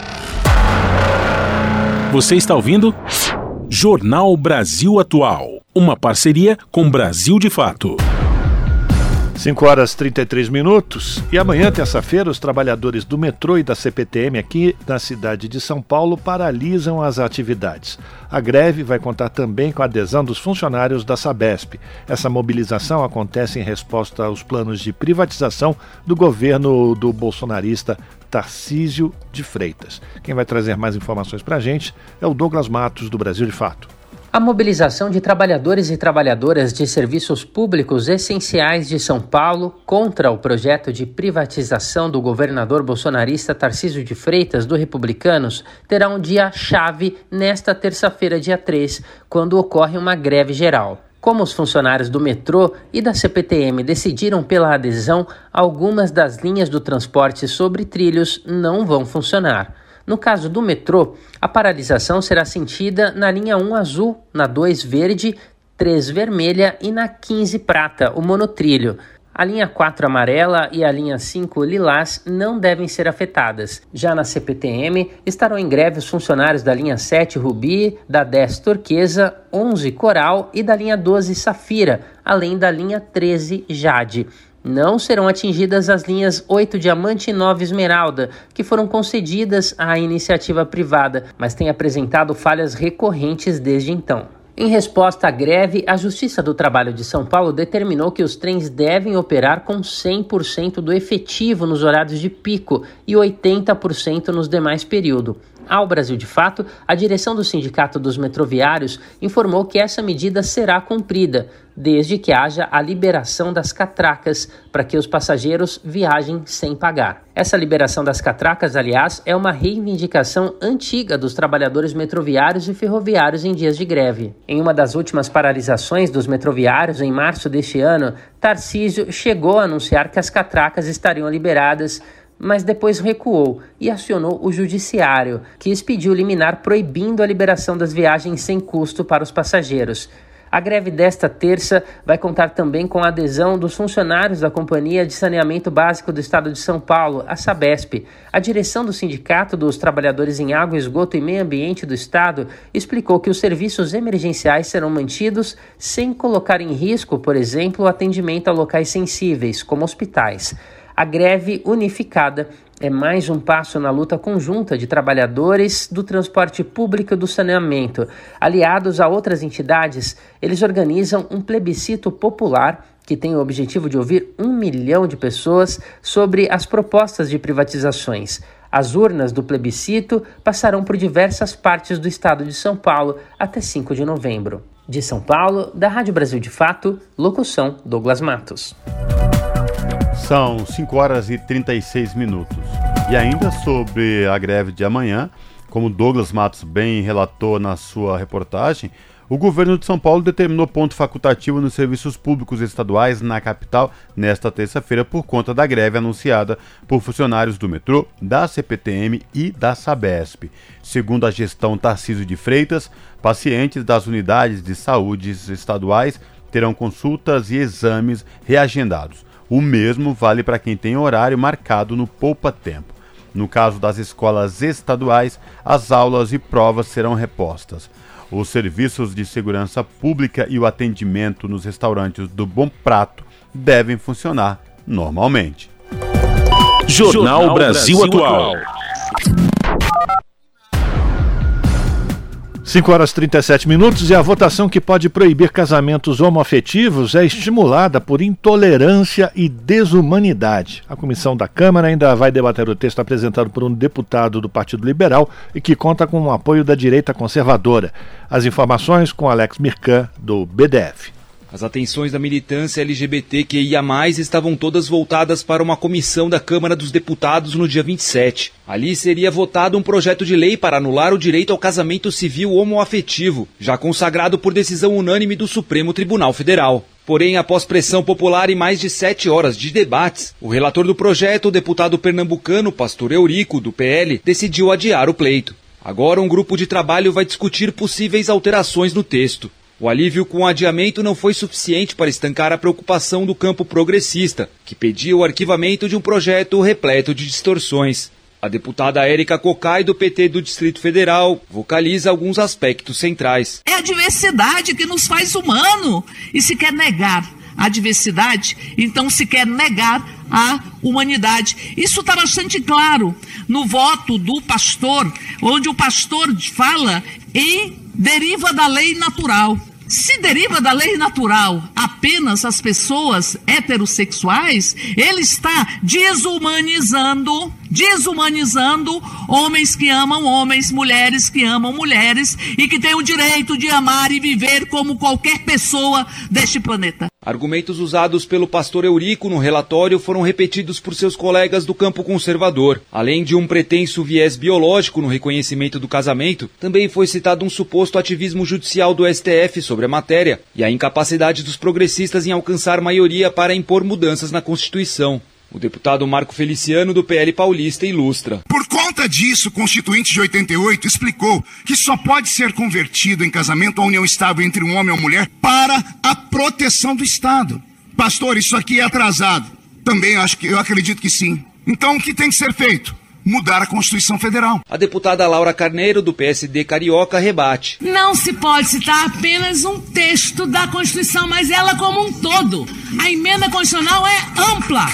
Você está ouvindo? Jornal Brasil Atual, uma parceria com Brasil de Fato. cinco horas e trinta e três minutos, e amanhã, terça-feira, os trabalhadores do metrô e da C P T M aqui na cidade de São Paulo paralisam as atividades. A greve vai contar também com a adesão dos funcionários da Sabesp. Essa mobilização acontece em resposta aos planos de privatização do governo do bolsonarista Tarcísio de Freitas. Quem vai trazer mais informações para a gente é o Douglas Matos, do Brasil de Fato. A mobilização de trabalhadores e trabalhadoras de serviços públicos essenciais de São Paulo contra o projeto de privatização do governador bolsonarista Tarcísio de Freitas, do Republicanos, terá um dia-chave nesta terça-feira, dia três, quando ocorre uma greve geral. Como os funcionários do metrô e da C P T M decidiram pela adesão, algumas das linhas do transporte sobre trilhos não vão funcionar. No caso do metrô, a paralisação será sentida na linha um azul, na dois verde, três vermelha e na quinze prata, o monotrilho. A linha quatro amarela e a linha cinco lilás não devem ser afetadas. Já na C P T M, estarão em greve os funcionários da linha sete rubi, da dez turquesa, onze coral e da linha doze safira, além da linha treze jade. Não serão atingidas as linhas oito diamante e nove esmeralda, que foram concedidas à iniciativa privada, mas têm apresentado falhas recorrentes desde então. Em resposta à greve, a Justiça do Trabalho de São Paulo determinou que os trens devem operar com cem por cento do efetivo nos horários de pico e oitenta por cento nos demais períodos. Ao Brasil de Fato, a direção do Sindicato dos Metroviários informou que essa medida será cumprida, desde que haja a liberação das catracas para que os passageiros viajem sem pagar. Essa liberação das catracas, aliás, é uma reivindicação antiga dos trabalhadores metroviários e ferroviários em dias de greve. Em uma das últimas paralisações dos metroviários, em março deste ano, Tarcísio chegou a anunciar que as catracas estariam liberadas, mas depois recuou e acionou o judiciário, que expediu liminar proibindo a liberação das viagens sem custo para os passageiros. A greve desta terça vai contar também com a adesão dos funcionários da Companhia de Saneamento Básico do Estado de São Paulo, a Sabesp. A direção do Sindicato dos Trabalhadores em Água, Esgoto e Meio Ambiente do Estado explicou que os serviços emergenciais serão mantidos sem colocar em risco, por exemplo, o atendimento a locais sensíveis, como hospitais. A greve unificada é mais um passo na luta conjunta de trabalhadores do transporte público e do saneamento. Aliados a outras entidades, eles organizam um plebiscito popular que tem o objetivo de ouvir um milhão de pessoas sobre as propostas de privatizações. As urnas do plebiscito passarão por diversas partes do estado de São Paulo até cinco de novembro. De São Paulo, da Rádio Brasil de Fato, locução Douglas Matos. São cinco horas e trinta e seis minutos. E ainda sobre a greve de amanhã, como Douglas Matos bem relatou na sua reportagem, o governo de São Paulo determinou ponto facultativo nos serviços públicos estaduais na capital nesta terça-feira por conta da greve anunciada por funcionários do metrô, da C P T M e da Sabesp. Segundo a gestão Tarcísio de Freitas, pacientes das unidades de saúde estaduais terão consultas e exames reagendados. O mesmo vale para quem tem horário marcado no poupa-tempo. No caso das escolas estaduais, as aulas e provas serão repostas. Os serviços de segurança pública e o atendimento nos restaurantes do Bom Prato devem funcionar normalmente. Jornal, Jornal Brasil, Brasil Atual. cinco horas e trinta e sete minutos e a votação que pode proibir casamentos homoafetivos é estimulada por intolerância e desumanidade. A comissão da Câmara ainda vai debater o texto apresentado por um deputado do Partido Liberal e que conta com o apoio da direita conservadora. As informações com Alex Mirkan, do B D F. As atenções da militância L G B T Q I A mais, estavam todas voltadas para uma comissão da Câmara dos Deputados no dia vinte e sete. Ali seria votado um projeto de lei para anular o direito ao casamento civil homoafetivo, já consagrado por decisão unânime do Supremo Tribunal Federal. Porém, após pressão popular e mais de sete horas de debates, o relator do projeto, o deputado pernambucano Pastor Eurico, do P L, decidiu adiar o pleito. Agora um grupo de trabalho vai discutir possíveis alterações no texto. O alívio com o adiamento não foi suficiente para estancar a preocupação do campo progressista, que pedia o arquivamento de um projeto repleto de distorções. A deputada Érica Cocai, do P T do Distrito Federal, vocaliza alguns aspectos centrais. É a diversidade que nos faz humano, e se quer negar a diversidade, então se quer negar a humanidade. Isso está bastante claro no voto do pastor, onde o pastor fala em deriva da lei natural. Se deriva da lei natural apenas as pessoas heterossexuais, ele está desumanizando, desumanizando homens que amam homens, mulheres que amam mulheres e que têm o direito de amar e viver como qualquer pessoa deste planeta. Argumentos usados pelo pastor Eurico no relatório foram repetidos por seus colegas do campo conservador. Além de um pretenso viés biológico no reconhecimento do casamento, também foi citado um suposto ativismo judicial do S T F sobre a matéria e a incapacidade dos progressistas em alcançar maioria para impor mudanças na Constituição. O deputado Marco Feliciano, do P L paulista, ilustra. Por conta disso, o Constituinte de oitenta e oito explicou que só pode ser convertido em casamento a união estável entre um homem e uma mulher para a proteção do Estado. Pastor, isso aqui é atrasado. Também acho que, eu acredito que sim. Então, o que tem que ser feito? Mudar a Constituição Federal. A deputada Laura Carneiro, do P S D Carioca, rebate. Não se pode citar apenas um texto da Constituição, mas ela como um todo. A emenda constitucional é ampla.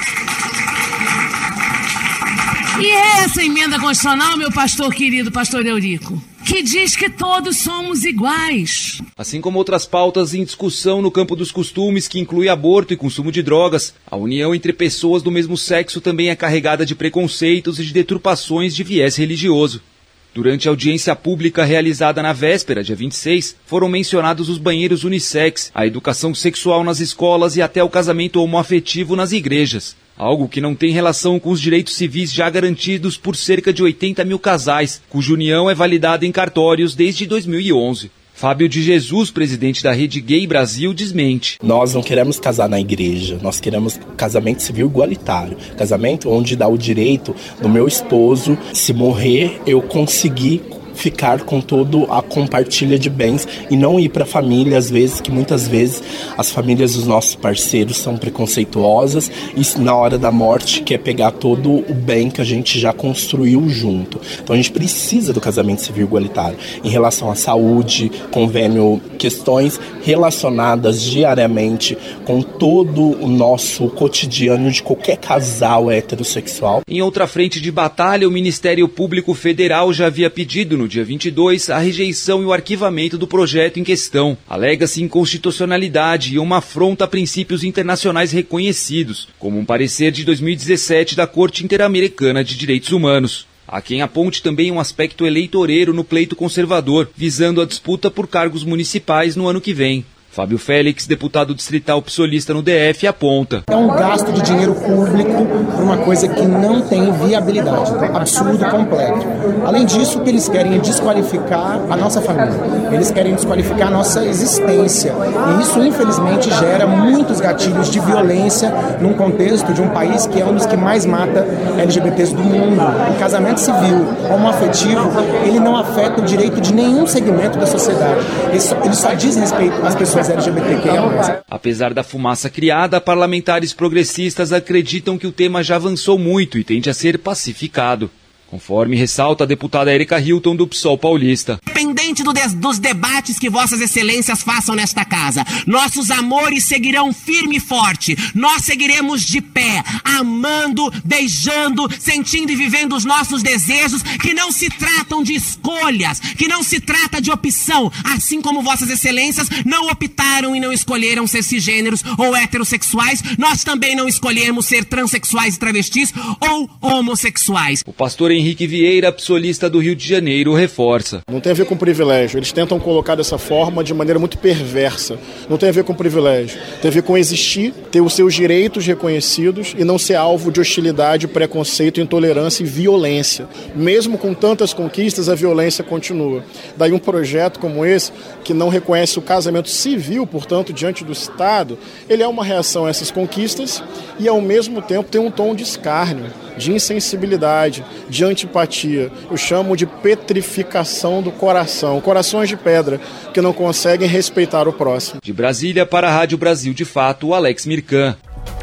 E é essa emenda constitucional, meu pastor querido, pastor Eurico, que diz que todos somos iguais. Assim como outras pautas em discussão no campo dos costumes, que inclui aborto e consumo de drogas, a união entre pessoas do mesmo sexo também é carregada de preconceitos e de deturpações de viés religioso. Durante a audiência pública realizada na véspera, dia vinte e seis, foram mencionados os banheiros unissex, a educação sexual nas escolas e até o casamento homoafetivo nas igrejas. Algo que não tem relação com os direitos civis já garantidos por cerca de oitenta mil casais, cuja união é validada em cartórios desde dois mil e onze. Fábio de Jesus, presidente da Rede Gay Brasil, desmente. Nós não queremos casar na igreja, nós queremos casamento civil igualitário. Casamento onde dá o direito do meu esposo, se morrer, eu conseguir ficar com todo a compartilha de bens e não ir para a família, às vezes, que muitas vezes as famílias dos nossos parceiros são preconceituosas e na hora da morte quer pegar todo o bem que a gente já construiu junto. Então a gente precisa do casamento civil igualitário em relação à saúde, convênio, questões relacionadas diariamente com todo o nosso cotidiano de qualquer casal heterossexual. Em outra frente de batalha, o Ministério Público Federal já havia pedido no dia vinte e dois, a rejeição e o arquivamento do projeto em questão. Alega-se inconstitucionalidade e uma afronta a princípios internacionais reconhecidos, como um parecer de dois mil e dezessete da Corte Interamericana de Direitos Humanos. Há quem aponte também um aspecto eleitoreiro no pleito conservador, visando a disputa por cargos municipais no ano que vem. Fábio Félix, deputado distrital psolista no D F, aponta. É um gasto de dinheiro público por uma coisa que não tem viabilidade, absurdo completo. Além disso, o que eles querem é desqualificar a nossa família, eles querem desqualificar a nossa existência. E isso, infelizmente, gera muitos gatilhos de violência num contexto de um país que é um dos que mais mata L G B Ts do mundo. O casamento civil homoafetivo, ele não afeta o direito de nenhum segmento da sociedade. Ele só, ele só diz respeito às pessoas L G B T Q I A mais. Apesar da fumaça criada, parlamentares progressistas acreditam que o tema já avançou muito e tende a ser pacificado. Conforme ressalta a deputada Érica Hilton, do PSOL paulista. Independente do des, dos debates que vossas excelências façam nesta casa, nossos amores seguirão firme e forte. Nós seguiremos de pé, amando, beijando, sentindo e vivendo os nossos desejos, que não se tratam de escolhas, que não se trata de opção, assim como vossas excelências não optaram e não escolheram ser cisgêneros ou heterossexuais, nós também não escolhemos ser transexuais e travestis ou homossexuais. O pastor Henrique Vieira, psolista do Rio de Janeiro, reforça. Não tem a ver com privilégio. Eles tentam colocar dessa forma de maneira muito perversa. Não tem a ver com privilégio. Tem a ver com existir, ter os seus direitos reconhecidos e não ser alvo de hostilidade, preconceito, intolerância e violência. Mesmo com tantas conquistas, a violência continua. Daí um projeto como esse, que não reconhece o casamento civil, portanto, diante do Estado, ele é uma reação a essas conquistas e, ao mesmo tempo, tem um tom de escárnio, de insensibilidade, de antipatia. Eu chamo de petrificação do coração. Corações de pedra que não conseguem respeitar o próximo. De Brasília, para a Rádio Brasil de Fato, Alex Mircan.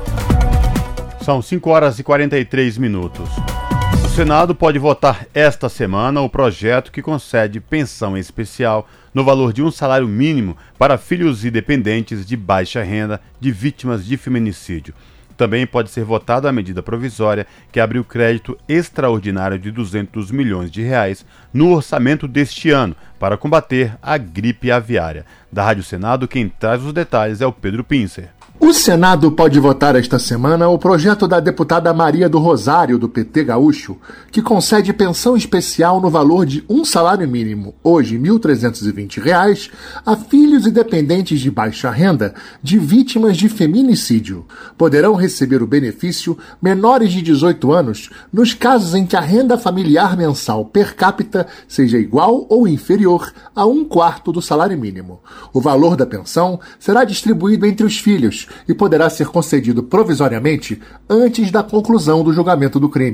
São cinco horas e quarenta e três minutos. O Senado pode votar esta semana o projeto que concede pensão especial no valor de um salário mínimo para filhos e dependentes de baixa renda de vítimas de feminicídio. Também pode ser votada a medida provisória que abre o crédito extraordinário de duzentos milhões de reais no orçamento deste ano para combater a gripe aviária. Da Rádio Senado, quem traz os detalhes é o Pedro Pincer. O Senado pode votar esta semana o projeto da deputada Maria do Rosário, do P T Gaúcho, que concede pensão especial no valor de um salário mínimo, hoje mil trezentos e vinte reais, a filhos e dependentes de baixa renda de vítimas de feminicídio. Poderão receber o benefício menores de dezoito anos nos casos em que a renda familiar mensal per capita seja igual ou inferior a um quarto do salário mínimo. O valor da pensão será distribuído entre os filhos e poderá ser concedido provisoriamente antes da conclusão do julgamento do crime.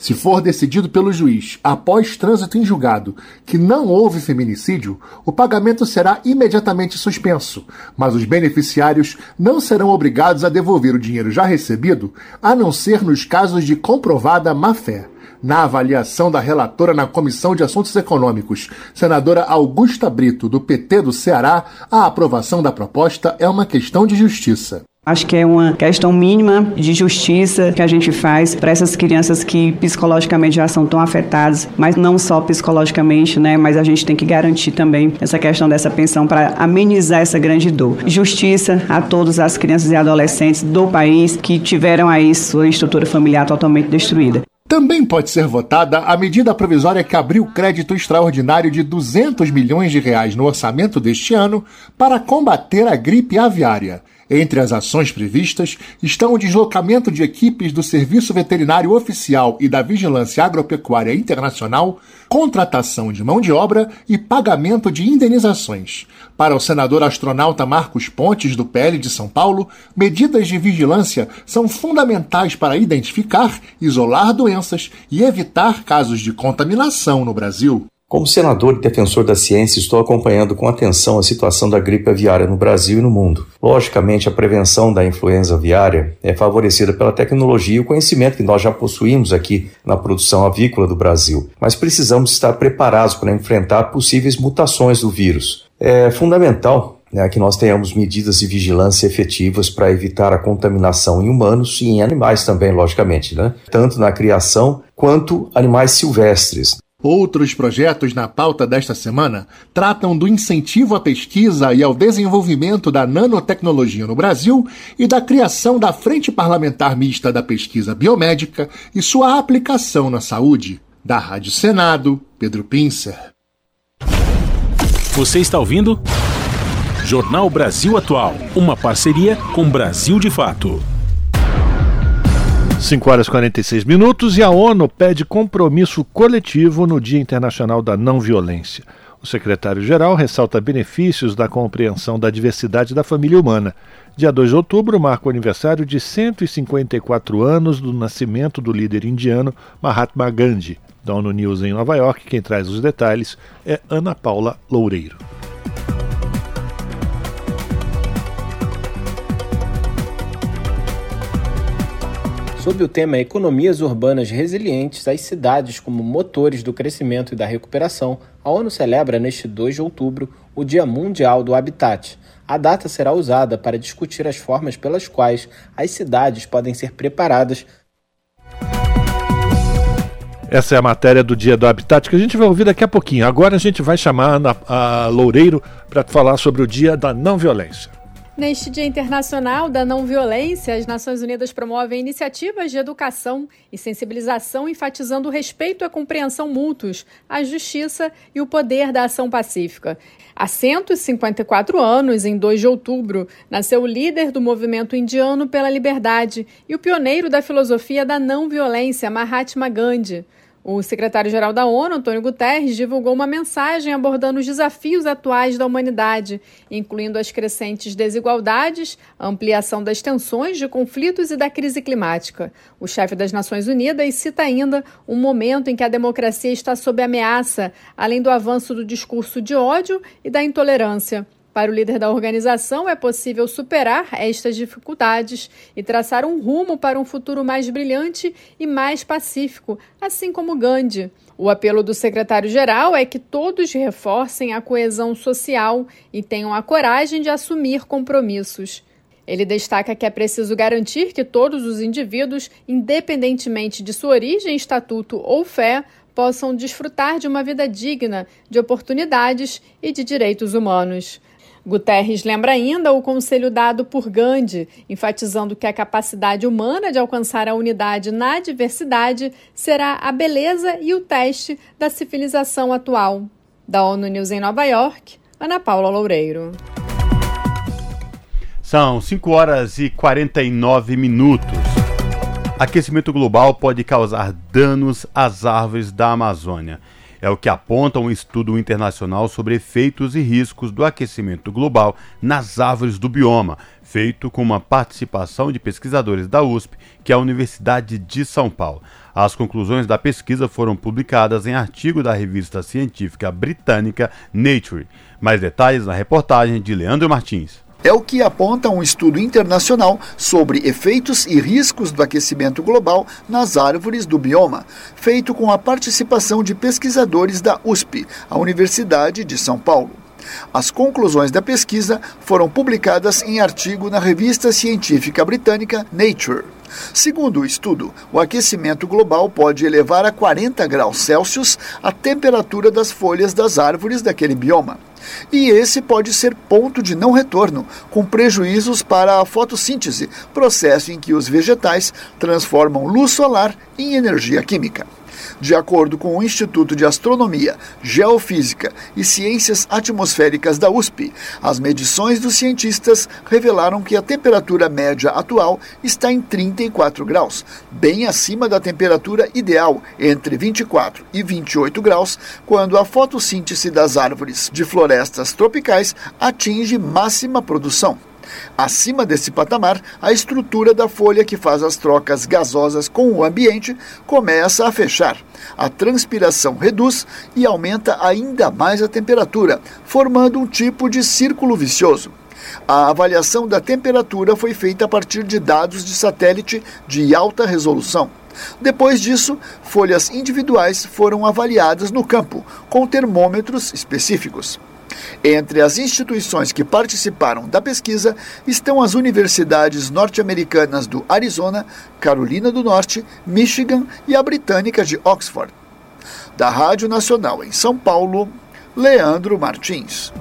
Se for decidido pelo juiz, após trânsito em julgado, que não houve feminicídio, o pagamento será imediatamente suspenso, mas os beneficiários não serão obrigados a devolver o dinheiro já recebido, a não ser nos casos de comprovada má-fé. Na avaliação da relatora na Comissão de Assuntos Econômicos, senadora Augusta Brito, do P T do Ceará, a aprovação da proposta é uma questão de justiça. Acho que é uma questão mínima de justiça que a gente faz para essas crianças que psicologicamente já são tão afetadas, mas não só psicologicamente, né? Mas a gente tem que garantir também essa questão dessa pensão para amenizar essa grande dor. Justiça a todas as crianças e adolescentes do país que tiveram aí sua estrutura familiar totalmente destruída. Também pode ser votada a medida provisória que abriu crédito extraordinário de duzentos milhões de reais no orçamento deste ano para combater a gripe aviária. Entre as ações previstas estão o deslocamento de equipes do Serviço Veterinário Oficial e da Vigilância Agropecuária Internacional, contratação de mão de obra e pagamento de indenizações. Para o senador astronauta Marcos Pontes, do P L de São Paulo, medidas de vigilância são fundamentais para identificar, isolar doenças e evitar casos de contaminação no Brasil. Como senador e defensor da ciência, estou acompanhando com atenção a situação da gripe aviária no Brasil e no mundo. Logicamente, a prevenção da influenza aviária é favorecida pela tecnologia e o conhecimento que nós já possuímos aqui na produção avícola do Brasil, mas precisamos estar preparados para enfrentar possíveis mutações do vírus. É fundamental, né, que nós tenhamos medidas de vigilância efetivas para evitar a contaminação em humanos e em animais também, logicamente, né? Tanto na criação quanto animais silvestres. Outros projetos na pauta desta semana tratam do incentivo à pesquisa e ao desenvolvimento da nanotecnologia no Brasil e da criação da Frente Parlamentar Mista da Pesquisa Biomédica e sua aplicação na saúde. Da Rádio Senado, Pedro Pincer. Você está ouvindo? Jornal Brasil Atual, uma parceria com Brasil de Fato. cinco horas e quarenta e seis minutos e a ONU pede compromisso coletivo no Dia Internacional da Não Violência. O secretário-geral ressalta benefícios da compreensão da diversidade da família humana. Dia dois de outubro marca o aniversário de cento e cinquenta e quatro anos do nascimento do líder indiano Mahatma Gandhi. Da ONU News em Nova York, quem traz os detalhes é Ana Paula Loureiro. Sob o tema Economias Urbanas Resilientes, as cidades como motores do crescimento e da recuperação, a ONU celebra neste dois de outubro o Dia Mundial do Habitat. A data será usada para discutir as formas pelas quais as cidades podem ser preparadas. Essa é a matéria do Dia do Habitat que a gente vai ouvir daqui a pouquinho. Agora a gente vai chamar a, a Loureiro para falar sobre o Dia da Não Violência. Neste Dia Internacional da Não Violência, as Nações Unidas promovem iniciativas de educação e sensibilização enfatizando o respeito e a compreensão mútuos, a justiça e o poder da ação pacífica. Há cento e cinquenta e quatro anos, em dois de outubro, nasceu o líder do movimento indiano pela liberdade e o pioneiro da filosofia da não violência, Mahatma Gandhi. O secretário-geral da ONU, Antônio Guterres, divulgou uma mensagem abordando os desafios atuais da humanidade, incluindo as crescentes desigualdades, a ampliação das tensões de conflitos e da crise climática. O chefe das Nações Unidas cita ainda um momento em que a democracia está sob ameaça, além do avanço do discurso de ódio e da intolerância. Para o líder da organização, é possível superar estas dificuldades e traçar um rumo para um futuro mais brilhante e mais pacífico, assim como Gandhi. O apelo do secretário-geral é que todos reforcem a coesão social e tenham a coragem de assumir compromissos. Ele destaca que é preciso garantir que todos os indivíduos, independentemente de sua origem, estatuto ou fé, possam desfrutar de uma vida digna, de oportunidades e de direitos humanos. Guterres lembra ainda o conselho dado por Gandhi, enfatizando que a capacidade humana de alcançar a unidade na diversidade será a beleza e o teste da civilização atual. Da ONU News em Nova York, Ana Paula Loureiro. São cinco horas e quarenta e nove minutos. Aquecimento global pode causar danos às árvores da Amazônia. É o que aponta um estudo internacional sobre efeitos e riscos do aquecimento global nas árvores do bioma, feito com uma participação de pesquisadores da U S P, que é a Universidade de São Paulo. As conclusões da pesquisa foram publicadas em artigo da revista científica britânica Nature. Mais detalhes na reportagem de Leandro Martins. É o que aponta um estudo internacional sobre efeitos e riscos do aquecimento global nas árvores do bioma, feito com a participação de pesquisadores da U S P, a Universidade de São Paulo. As conclusões da pesquisa foram publicadas em artigo na revista científica britânica Nature. Segundo o estudo, o aquecimento global pode elevar a quarenta graus Celsius a temperatura das folhas das árvores daquele bioma. E esse pode ser ponto de não retorno, com prejuízos para a fotossíntese, processo em que os vegetais transformam luz solar em energia química. De acordo com o Instituto de Astronomia, Geofísica e Ciências Atmosféricas da U S P, as medições dos cientistas revelaram que a temperatura média atual está em trinta e quatro graus, bem acima da temperatura ideal, entre vinte e quatro e vinte e oito graus, quando a fotossíntese das árvores de florestas tropicais atinge máxima produção. Acima desse patamar, a estrutura da folha que faz as trocas gasosas com o ambiente começa a fechar. A transpiração reduz e aumenta ainda mais a temperatura, formando um tipo de círculo vicioso. A avaliação da temperatura foi feita a partir de dados de satélite de alta resolução. Depois disso, folhas individuais foram avaliadas no campo, com termômetros específicos. Entre as instituições que participaram da pesquisa estão as universidades norte-americanas do Arizona, Carolina do Norte, Michigan e a britânica de Oxford. Da Rádio Nacional em São Paulo, Leandro Martins.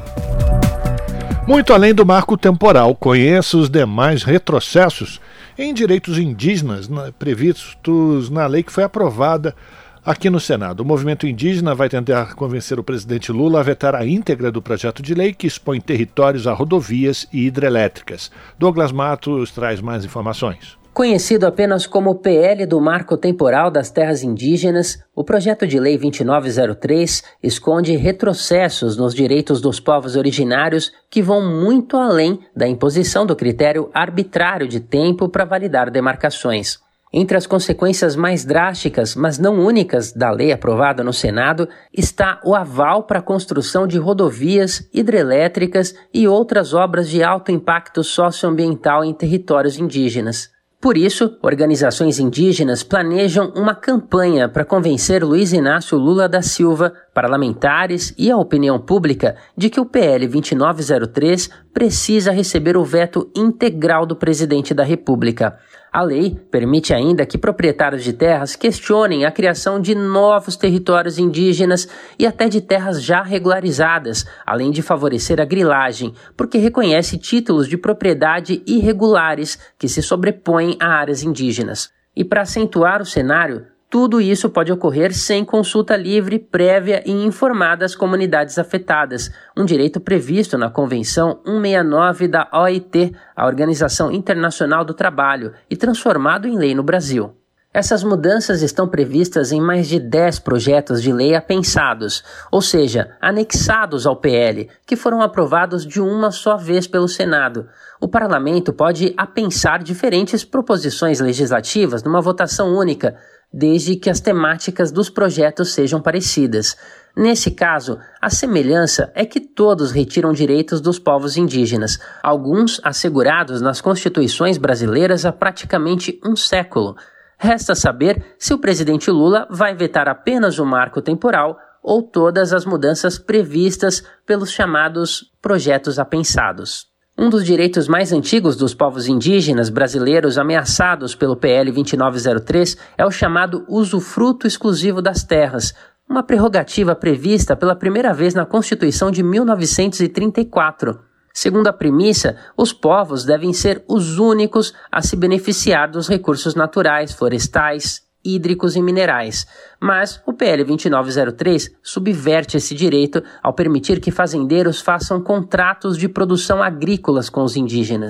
Muito além do marco temporal, conheça os demais retrocessos em direitos indígenas previstos na lei que foi aprovada aqui no Senado. O movimento indígena vai tentar convencer o presidente Lula a vetar a íntegra do projeto de lei que expõe territórios a rodovias e hidrelétricas. Douglas Matos traz mais informações. Conhecido apenas como P L do Marco Temporal das Terras Indígenas, o projeto de lei vinte e nove zero três esconde retrocessos nos direitos dos povos originários que vão muito além da imposição do critério arbitrário de tempo para validar demarcações. Entre as consequências mais drásticas, mas não únicas, da lei aprovada no Senado, está o aval para a construção de rodovias, hidrelétricas e outras obras de alto impacto socioambiental em territórios indígenas. Por isso, organizações indígenas planejam uma campanha para convencer Luiz Inácio Lula da Silva, parlamentares e a opinião pública de que o P L vinte e nove zero três precisa receber o veto integral do presidente da República. A lei permite ainda que proprietários de terras questionem a criação de novos territórios indígenas e até de terras já regularizadas, além de favorecer a grilagem, porque reconhece títulos de propriedade irregulares que se sobrepõem a áreas indígenas. E para acentuar o cenário, tudo isso pode ocorrer sem consulta livre, prévia e informada às comunidades afetadas, um direito previsto na Convenção cento e sessenta e nove da O I T, a Organização Internacional do Trabalho, e transformado em lei no Brasil. Essas mudanças estão previstas em mais de dez projetos de lei apensados, ou seja, anexados ao P L, que foram aprovados de uma só vez pelo Senado. O parlamento pode apensar diferentes proposições legislativas numa votação única, desde que as temáticas dos projetos sejam parecidas. Nesse caso, a semelhança é que todos retiram direitos dos povos indígenas, alguns assegurados nas constituições brasileiras há praticamente um século. Resta saber se o presidente Lula vai vetar apenas o marco temporal ou todas as mudanças previstas pelos chamados projetos apensados. Um dos direitos mais antigos dos povos indígenas brasileiros ameaçados pelo P L vinte e nove zero três é o chamado usufruto exclusivo das terras, uma prerrogativa prevista pela primeira vez na Constituição de mil novecentos e trinta e quatro. Segundo a premissa, os povos devem ser os únicos a se beneficiar dos recursos naturais, florestais, hídricos e minerais. Mas o P L vinte e nove zero três subverte esse direito ao permitir que fazendeiros façam contratos de produção agrícolas com os indígenas.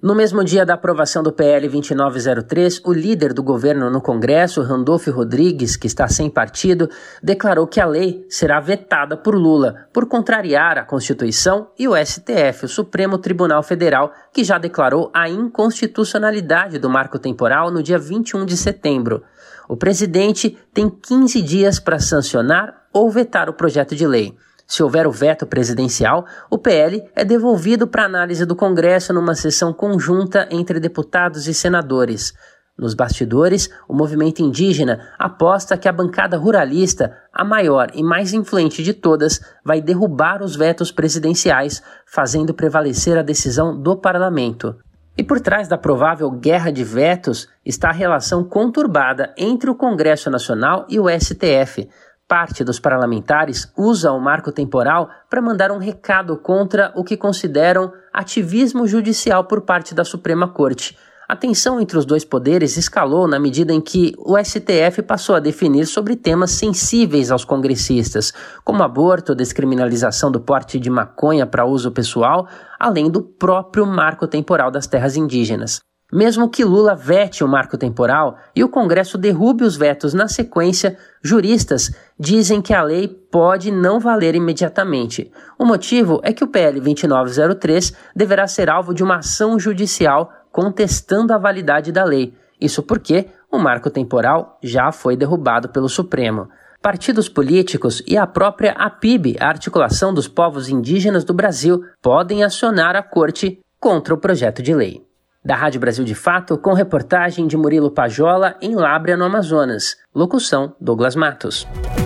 No mesmo dia da aprovação do P L vinte e nove zero três, o líder do governo no Congresso, Randolfo Rodrigues, que está sem partido, declarou que a lei será vetada por Lula, por contrariar a Constituição e o S T F, o Supremo Tribunal Federal, que já declarou a inconstitucionalidade do marco temporal no dia vinte e um de setembro. O presidente tem quinze dias para sancionar ou vetar o projeto de lei. Se houver o veto presidencial, o P L é devolvido para análise do Congresso numa sessão conjunta entre deputados e senadores. Nos bastidores, o movimento indígena aposta que a bancada ruralista, a maior e mais influente de todas, vai derrubar os vetos presidenciais, fazendo prevalecer a decisão do parlamento. E por trás da provável guerra de vetos está a relação conturbada entre o Congresso Nacional e o S T F. Parte dos parlamentares usa o marco temporal para mandar um recado contra o que consideram ativismo judicial por parte da Suprema Corte. A tensão entre os dois poderes escalou na medida em que o S T F passou a definir sobre temas sensíveis aos congressistas, como aborto, descriminalização do porte de maconha para uso pessoal, além do próprio marco temporal das terras indígenas. Mesmo que Lula vete o marco temporal e o Congresso derrube os vetos na sequência, juristas dizem que a lei pode não valer imediatamente. O motivo é que o P L vinte e nove zero três deverá ser alvo de uma ação judicial contestando a validade da lei. Isso porque o marco temporal já foi derrubado pelo Supremo. Partidos políticos e a própria A P I B, a Articulação dos Povos Indígenas do Brasil, podem acionar a Corte contra o projeto de lei. Da Rádio Brasil de Fato, com reportagem de Murilo Pajola, em Lábrea, no Amazonas. Locução, Douglas Matos.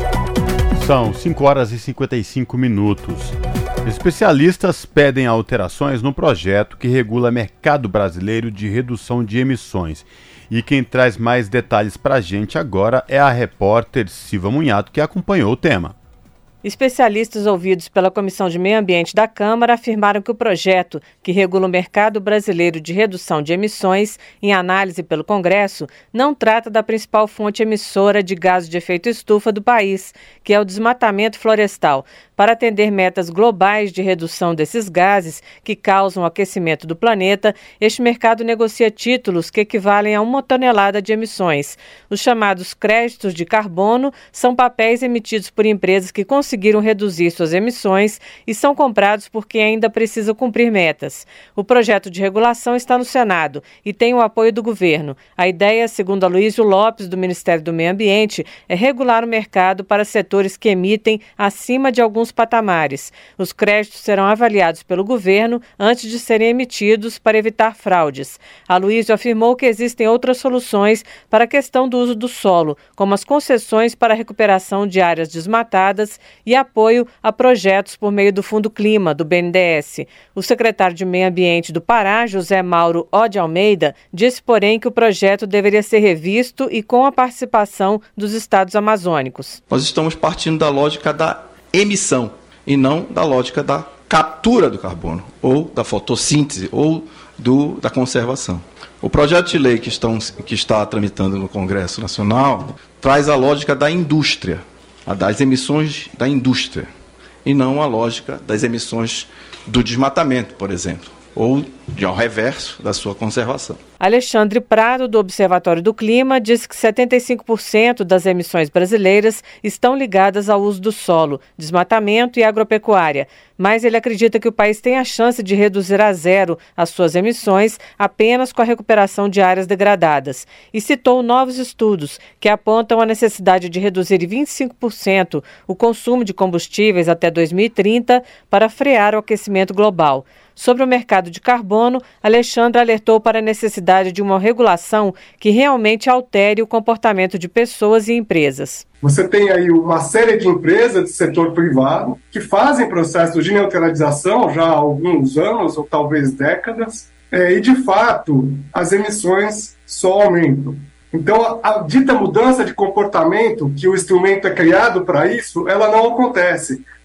São cinco horas e cinquenta e cinco minutos. Especialistas pedem alterações no projeto que regula o mercado brasileiro de redução de emissões. E quem traz mais detalhes para a gente agora é a repórter Silva Munhato, que acompanhou o tema. Especialistas ouvidos pela Comissão de Meio Ambiente da Câmara afirmaram que o projeto, que regula o mercado brasileiro de redução de emissões, em análise pelo Congresso, não trata da principal fonte emissora de gases de efeito estufa do país, que é o desmatamento florestal. Para atender metas globais de redução desses gases que causam o aquecimento do planeta, este mercado negocia títulos que equivalem a uma tonelada de emissões. Os chamados créditos de carbono são papéis emitidos por empresas que conseguiram reduzir suas emissões e são comprados por quem ainda precisa cumprir metas. O projeto de regulação está no Senado e tem o apoio do governo. A ideia, segundo Aloysio Lopes, do Ministério do Meio Ambiente, é regular o mercado para setores que emitem acima de alguns patamares. Os créditos serão avaliados pelo governo antes de serem emitidos para evitar fraudes. Aloysio afirmou que existem outras soluções para a questão do uso do solo, como as concessões para a recuperação de áreas desmatadas e apoio a projetos por meio do Fundo Clima, do B N D E S. O secretário de Meio Ambiente do Pará, José Mauro O de Almeida, disse, porém, que o projeto deveria ser revisto e com a participação dos estados amazônicos. Nós estamos partindo da lógica da emissão e não da lógica da captura do carbono, ou da fotossíntese, ou do, da conservação. O projeto de lei que, estão, que está tramitando no Congresso Nacional traz a lógica da indústria, a das emissões da indústria, e não a lógica das emissões do desmatamento, por exemplo, ou de ao reverso da sua conservação. Alexandre Prado, do Observatório do Clima, diz que setenta e cinco por cento das emissões brasileiras estão ligadas ao uso do solo, desmatamento e agropecuária, mas ele acredita que o país tem a chance de reduzir a zero as suas emissões apenas com a recuperação de áreas degradadas, e citou novos estudos que apontam a necessidade de reduzir em vinte e cinco por cento o consumo de combustíveis até dois mil e trinta para frear o aquecimento global. Sobre o mercado de carbono, Alexandre alertou para a necessidade de uma regulação que realmente altere o comportamento de pessoas e empresas. Você tem aí uma série de empresas do setor privado que fazem processos de neutralização já há alguns anos ou talvez décadas, é, e de fato as emissões só aumentam. Então a, a dita mudança de comportamento, que o instrumento é criado para isso, ela não acontece.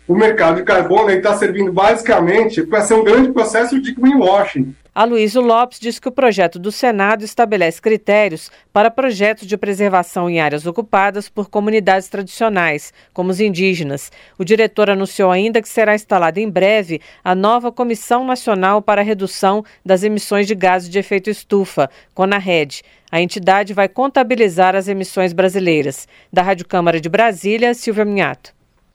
o mercado de carbono está servindo basicamente para ser um grande processo de greenwashing. Aloysio Lopes diz que o projeto do Senado estabelece critérios para projetos de preservação em áreas ocupadas por comunidades tradicionais, como os indígenas. O diretor anunciou ainda que será instalada em breve a nova Comissão Nacional para a Redução das Emissões de Gases de Efeito Estufa, CONARRED. A entidade vai contabilizar as emissões brasileiras. Da Rádio Câmara de Brasília, Silvia Minhato.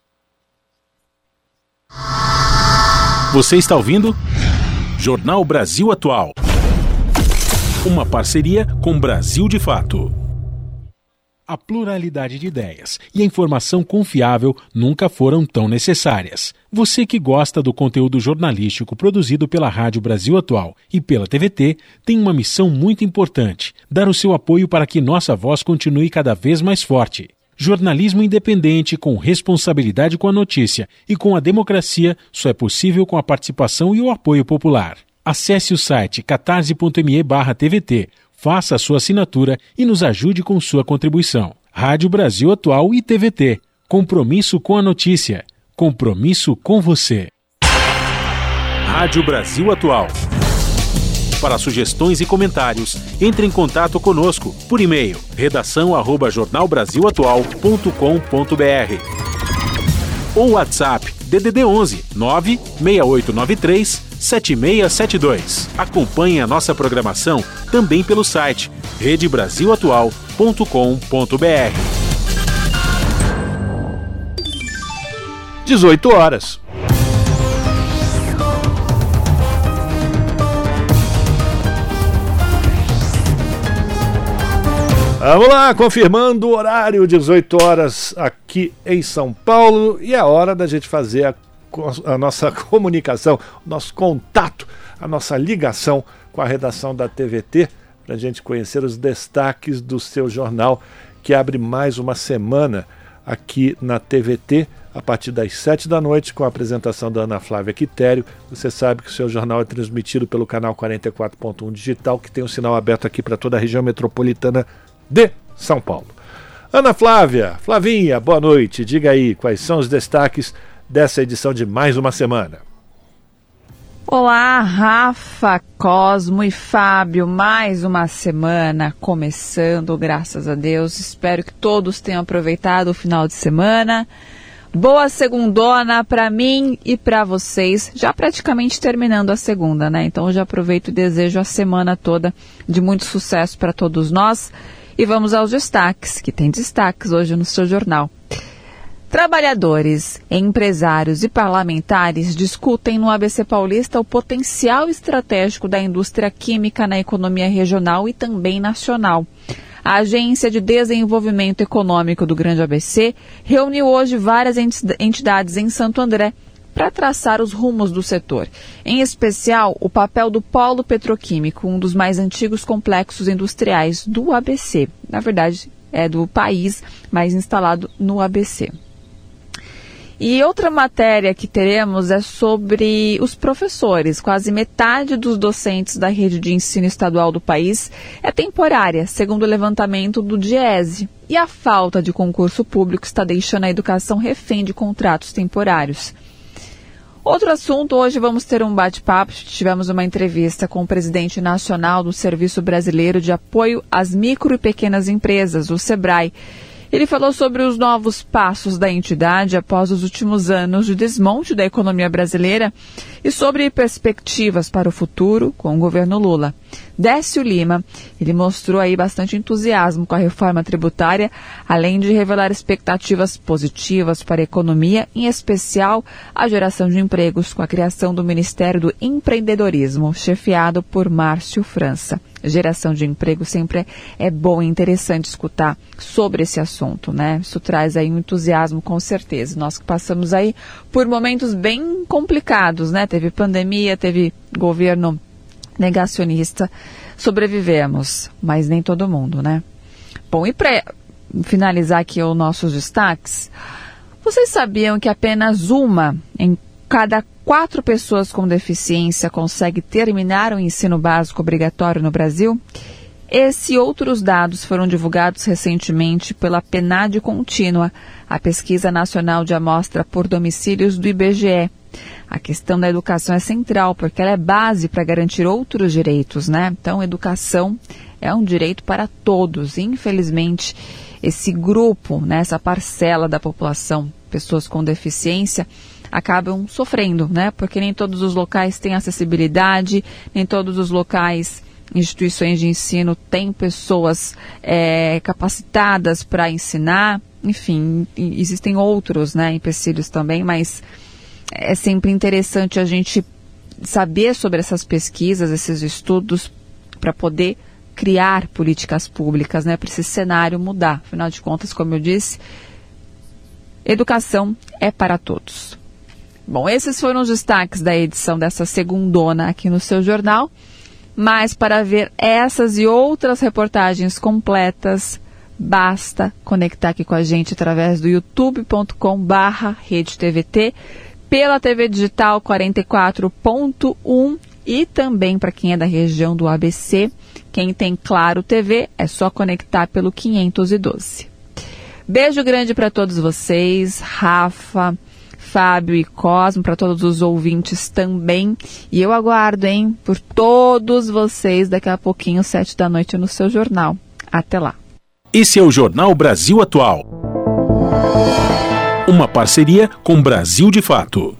Você está ouvindo Jornal Brasil Atual. Uma parceria com Brasil de Fato. A pluralidade de ideias e a informação confiável nunca foram tão necessárias. Você que gosta do conteúdo jornalístico produzido pela Rádio Brasil Atual e pela T V T tem uma missão muito importante: dar o seu apoio para que nossa voz continue cada vez mais forte. Jornalismo independente, com responsabilidade com a notícia e com a democracia, só é possível com a participação e o apoio popular. Acesse o site catarse.me barra TVT, faça a sua assinatura e nos ajude com sua contribuição. Rádio Brasil Atual e T V T. Compromisso com a notícia. Compromisso com você. Rádio Brasil Atual. Para sugestões e comentários, entre em contato conosco por e-mail redação arroba jornal brasil atual ponto com ponto br ou WhatsApp D D D onze nove seis oito nove três sete seis sete dois. Acompanhe a nossa programação também pelo site rede brasil atual ponto com ponto br. dezoito horas. Vamos lá, confirmando o horário, dezoito horas aqui em São Paulo, e é hora da gente fazer a, a nossa comunicação, o nosso contato, a nossa ligação com a redação da T V T, para a gente conhecer os destaques do seu jornal, que abre mais uma semana aqui na T V T, a partir das sete da noite, com a apresentação da Ana Flávia Quitério. Você sabe que o seu jornal é transmitido pelo canal quarenta e quatro ponto um Digital, que tem um sinal aberto aqui para toda a região metropolitana de São Paulo. Ana Flávia, Flavinha, boa noite. Diga aí, quais são os destaques dessa edição de mais uma semana? Olá, Rafa, Cosmo e Fábio. Mais uma semana começando, graças a Deus. Espero que todos tenham aproveitado o final de semana. Boa segundona para mim e para vocês. Já praticamente terminando a segunda, né? Então já aproveito e desejo a semana toda de muito sucesso para todos nós. E vamos aos destaques, que tem destaques hoje no seu jornal. Trabalhadores, empresários e parlamentares discutem no A B C Paulista o potencial estratégico da indústria química na economia regional e também nacional. A Agência de Desenvolvimento Econômico do Grande A B C reuniu hoje várias entidades em Santo André para traçar os rumos do setor. Em especial, o papel do Polo Petroquímico, um dos mais antigos complexos industriais do A B C. Na verdade, é do país, mas instalado no A B C. E outra matéria que teremos é sobre os professores. Quase metade dos docentes da rede de ensino estadual do país é temporária, segundo o levantamento do DIESE. E a falta de concurso público está deixando a educação refém de contratos temporários. Outro assunto, hoje vamos ter um bate-papo. Tivemos uma entrevista com o presidente nacional do Serviço Brasileiro de Apoio às Micro e Pequenas Empresas, o SEBRAE. Ele falou sobre os novos passos da entidade após os últimos anos de desmonte da economia brasileira e sobre perspectivas para o futuro com o governo Lula. Décio Lima, ele mostrou aí bastante entusiasmo com a reforma tributária, além de revelar expectativas positivas para a economia, em especial a geração de empregos com a criação do Ministério do Empreendedorismo, chefiado por Márcio França. Geração de emprego sempre é bom e interessante escutar sobre esse assunto, né? Isso traz aí um entusiasmo, com certeza. Nós que passamos aí por momentos bem complicados, né? Teve pandemia, teve governo negacionista, sobrevivemos, mas nem todo mundo, né? Bom, e para finalizar aqui os nossos destaques, vocês sabiam que apenas uma em cada quatro pessoas com deficiência consegue terminar o ensino básico obrigatório no Brasil? Esse e outros dados foram divulgados recentemente pela PNAD Contínua, a Pesquisa Nacional de Amostra por Domicílios do I B G E. A questão da educação é central, porque ela é base para garantir outros direitos, né? Então, educação é um direito para todos. Infelizmente, esse grupo, né, essa parcela da população, pessoas com deficiência, acabam sofrendo, né? Porque nem todos os locais têm acessibilidade, nem todos os locais, instituições de ensino têm pessoas é, capacitadas para ensinar. Enfim, existem outros, né, empecilhos também, mas é sempre interessante a gente saber sobre essas pesquisas, esses estudos, para poder criar políticas públicas, né, para esse cenário mudar. Afinal de contas, como eu disse, educação é para todos. Bom, esses foram os destaques da edição dessa segundona aqui no seu jornal. Mas para ver essas e outras reportagens completas, basta conectar aqui com a gente através do youtube ponto com barra rede T V T, pela T V Digital quarenta e quatro ponto um e também para quem é da região do A B C, quem tem Claro T V, é só conectar pelo quinhentos e doze. Beijo grande para todos vocês, Rafa, Fábio e Cosmo, para todos os ouvintes também. E eu aguardo, hein, por todos vocês daqui a pouquinho, sete da noite, no seu jornal. Até lá. Esse é o Jornal Brasil Atual. Uma parceria com Brasil de Fato.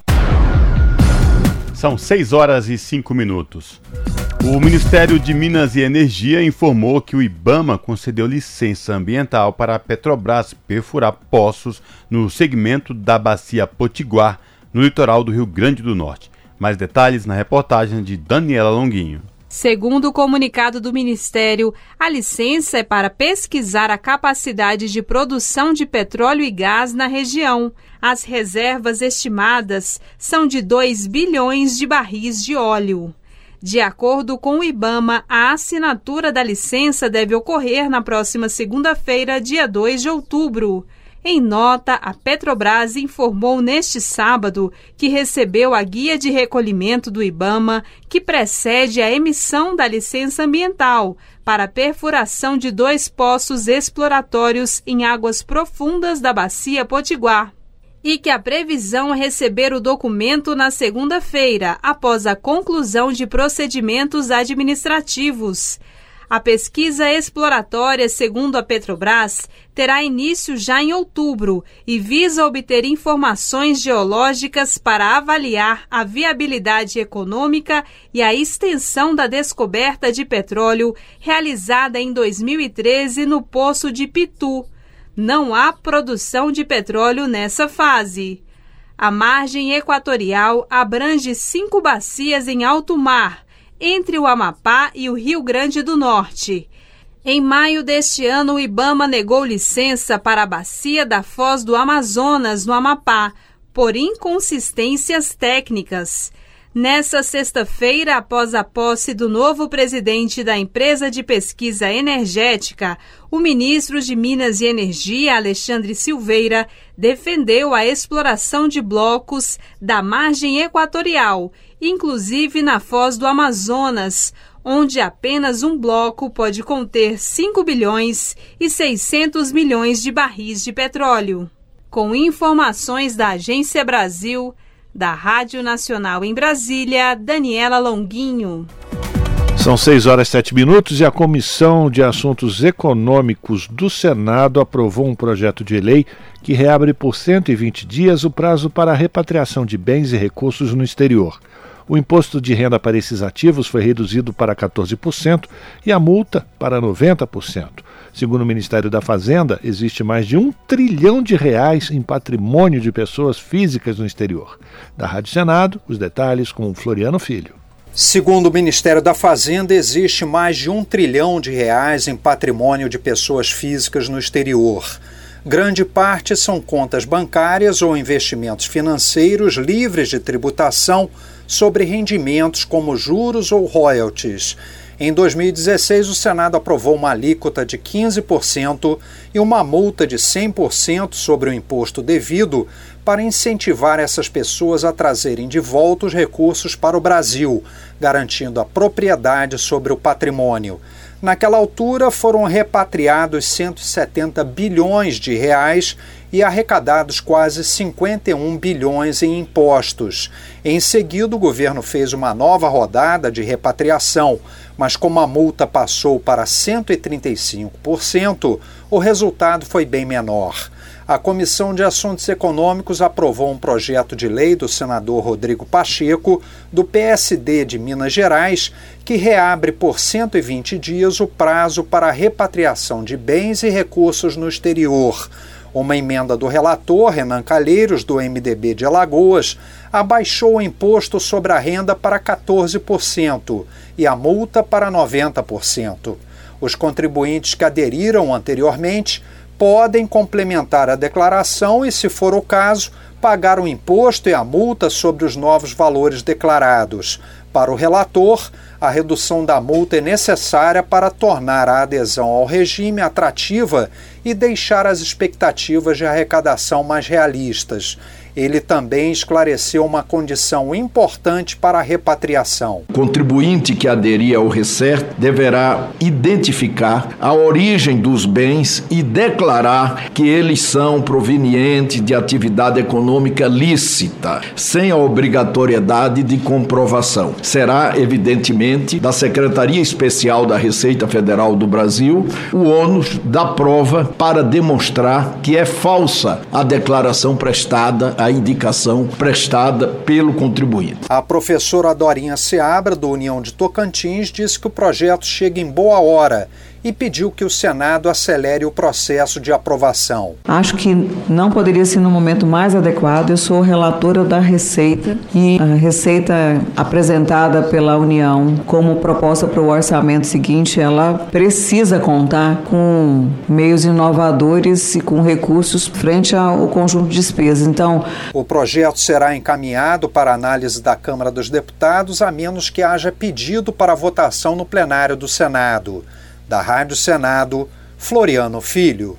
São seis horas e cinco minutos. O Ministério de Minas e Energia informou que o IBAMA concedeu licença ambiental para a Petrobras perfurar poços no segmento da Bacia Potiguar, no litoral do Rio Grande do Norte. Mais detalhes na reportagem de Daniela Longuinho. Segundo o comunicado do Ministério, a licença é para pesquisar a capacidade de produção de petróleo e gás na região. As reservas estimadas são de dois bilhões de barris de óleo. De acordo com o IBAMA, a assinatura da licença deve ocorrer na próxima segunda-feira, dia dois de outubro. Em nota, a Petrobras informou neste sábado que recebeu a guia de recolhimento do IBAMA, que precede a emissão da licença ambiental para a perfuração de dois poços exploratórios em águas profundas da Bacia Potiguar, e que a previsão é receber o documento na segunda-feira, após a conclusão de procedimentos administrativos. A pesquisa exploratória, segundo a Petrobras, terá início já em outubro e visa obter informações geológicas para avaliar a viabilidade econômica e a extensão da descoberta de petróleo realizada em dois mil e treze no Poço de Pitu. Não há produção de petróleo nessa fase. A margem equatorial abrange cinco bacias em alto mar, entre o Amapá e o Rio Grande do Norte. Em maio deste ano, o IBAMA negou licença para a bacia da Foz do Amazonas, no Amapá, por inconsistências técnicas. Nessa sexta-feira, após a posse do novo presidente da empresa de pesquisa energética, o ministro de Minas e Energia, Alexandre Silveira, defendeu a exploração de blocos da margem equatorial, inclusive na Foz do Amazonas, onde apenas um bloco pode conter cinco bilhões e seiscentos milhões de barris de petróleo. Com informações da Agência Brasil, da Rádio Nacional em Brasília, Daniela Longuinho. São seis horas e sete minutos e a Comissão de Assuntos Econômicos do Senado aprovou um projeto de lei que reabre por cento e vinte dias o prazo para a repatriação de bens e recursos no exterior. O imposto de renda para esses ativos foi reduzido para quatorze por cento e a multa para noventa por cento. Segundo o Ministério da Fazenda, existe mais de um trilhão de reais em patrimônio de pessoas físicas no exterior. Da Rádio Senado, os detalhes com Floriano Filho. Segundo o Ministério da Fazenda, existe mais de um trilhão de reais em patrimônio de pessoas físicas no exterior. Grande parte são contas bancárias ou investimentos financeiros livres de tributação sobre rendimentos como juros ou royalties. Em dois mil e dezesseis, o Senado aprovou uma alíquota de quinze por cento e uma multa de cem por cento sobre o imposto devido para incentivar essas pessoas a trazerem de volta os recursos para o Brasil, garantindo a propriedade sobre o patrimônio. Naquela altura foram repatriados cento e setenta bilhões de reais e arrecadados quase cinquenta e um bilhões em impostos. Em seguida, o governo fez uma nova rodada de repatriação, mas como a multa passou para cento e trinta e cinco por cento, o resultado foi bem menor. A Comissão de Assuntos Econômicos aprovou um projeto de lei do senador Rodrigo Pacheco, do P S D de Minas Gerais, que reabre por cento e vinte dias o prazo para a repatriação de bens e recursos no exterior. Uma emenda do relator, Renan Calheiros, do M D B de Alagoas, abaixou o imposto sobre a renda para quatorze por cento e a multa para noventa por cento. Os contribuintes que aderiram anteriormente podem complementar a declaração e, se for o caso, pagar o imposto e a multa sobre os novos valores declarados. Para o relator, a redução da multa é necessária para tornar a adesão ao regime atrativa e deixar as expectativas de arrecadação mais realistas. Ele também esclareceu uma condição importante para a repatriação. O contribuinte que aderir ao RECERT deverá identificar a origem dos bens e declarar que eles são provenientes de atividade econômica lícita, sem a obrigatoriedade de comprovação. Será, evidentemente, da Secretaria Especial da Receita Federal do Brasil o ônus da prova para demonstrar que é falsa a declaração prestada, a indicação prestada pelo contribuinte. A professora Dorinha Seabra, do União de Tocantins, disse que o projeto chega em boa hora e pediu que o Senado acelere o processo de aprovação. Acho que não poderia ser no momento mais adequado. Eu sou relatora da Receita e a Receita apresentada pela União como proposta para o orçamento seguinte, ela precisa contar com meios inovadores e com recursos frente ao conjunto de despesas. Então, o projeto será encaminhado para análise da Câmara dos Deputados, a menos que haja pedido para votação no plenário do Senado. Da Rádio Senado, Floriano Filho.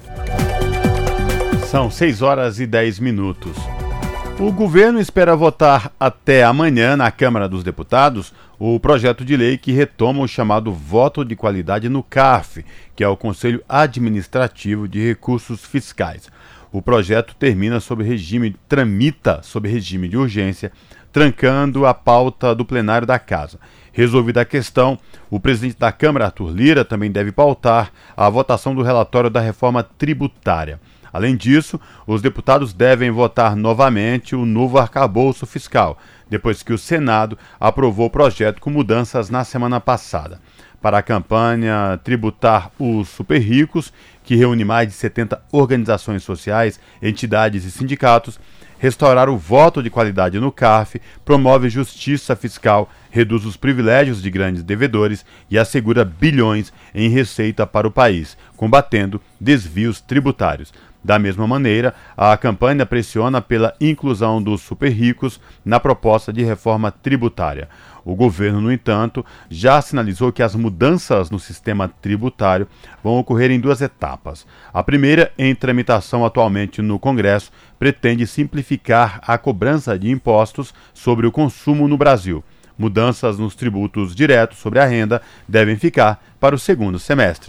São seis horas e dez minutos. O governo espera votar até amanhã na Câmara dos Deputados o projeto de lei que retoma o chamado voto de qualidade no CARF, que é o Conselho Administrativo de Recursos Fiscais. O projeto termina sob regime, tramita sob regime de urgência, trancando a pauta do plenário da Casa. Resolvida a questão, o presidente da Câmara, Arthur Lira, também deve pautar a votação do relatório da reforma tributária. Além disso, os deputados devem votar novamente o novo arcabouço fiscal, depois que o Senado aprovou o projeto com mudanças na semana passada. Para a campanha Tributar os Super Ricos, que reúne mais de setenta organizações sociais, entidades e sindicatos, restaurar o voto de qualidade no CARF, promove justiça fiscal, reduz os privilégios de grandes devedores e assegura bilhões em receita para o país, combatendo desvios tributários. Da mesma maneira, a campanha pressiona pela inclusão dos super ricos na proposta de reforma tributária. O governo, no entanto, já sinalizou que as mudanças no sistema tributário vão ocorrer em duas etapas. A primeira, em tramitação atualmente no Congresso, pretende simplificar a cobrança de impostos sobre o consumo no Brasil. Mudanças nos tributos diretos sobre a renda devem ficar para o segundo semestre.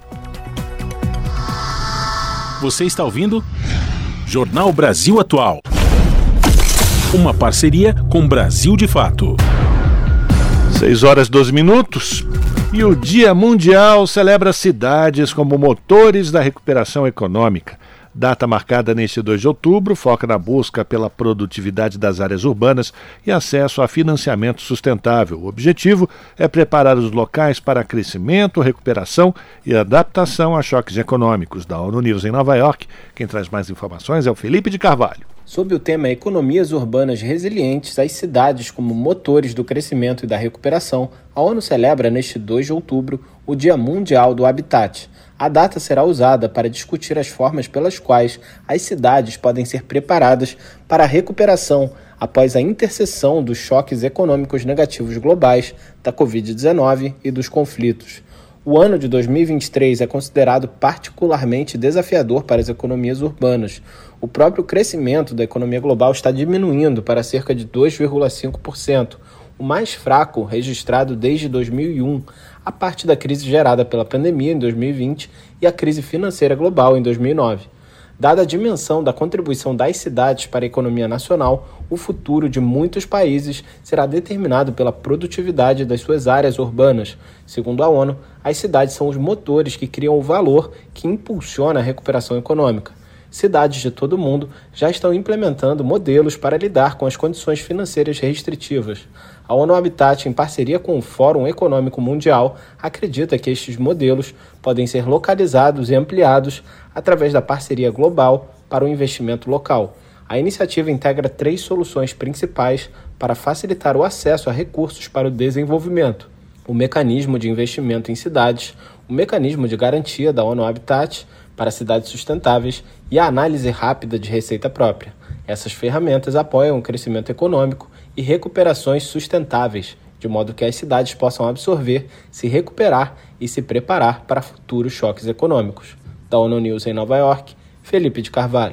Você está ouvindo? Jornal Brasil Atual. Uma parceria com Brasil de Fato. seis horas e doze minutos. E o Dia Mundial celebra cidades como motores da recuperação econômica. Data marcada neste dois de outubro, foca na busca pela produtividade das áreas urbanas e acesso a financiamento sustentável. O objetivo é preparar os locais para crescimento, recuperação e adaptação a choques econômicos. Da ONU News em Nova York, quem traz mais informações é o Felipe de Carvalho. Sob o tema Economias Urbanas Resilientes, as cidades como motores do crescimento e da recuperação, a ONU celebra neste dois de outubro o Dia Mundial do Habitat. A data será usada para discutir as formas pelas quais as cidades podem ser preparadas para a recuperação após a interseção dos choques econômicos negativos globais, da covid dezenove e dos conflitos. O ano de dois mil e vinte e três é considerado particularmente desafiador para as economias urbanas. O próprio crescimento da economia global está diminuindo para cerca de dois vírgula cinco por cento, o mais fraco registrado desde dois mil e um, a parte da crise gerada pela pandemia em dois mil e vinte e a crise financeira global em dois mil e nove. Dada a dimensão da contribuição das cidades para a economia nacional, o futuro de muitos países será determinado pela produtividade das suas áreas urbanas. Segundo a ONU, as cidades são os motores que criam o valor que impulsiona a recuperação econômica. Cidades de todo o mundo já estão implementando modelos para lidar com as condições financeiras restritivas. A ONU Habitat, em parceria com o Fórum Econômico Mundial, acredita que estes modelos podem ser localizados e ampliados através da parceria global para o investimento local. A iniciativa integra três soluções principais para facilitar o acesso a recursos para o desenvolvimento: o mecanismo de investimento em cidades, o mecanismo de garantia da ONU Habitat para cidades sustentáveis e a análise rápida de receita própria. Essas ferramentas apoiam o crescimento econômico e recuperações sustentáveis, de modo que as cidades possam absorver, se recuperar e se preparar para futuros choques econômicos. Da ONU News em Nova York, Felipe de Carvalho.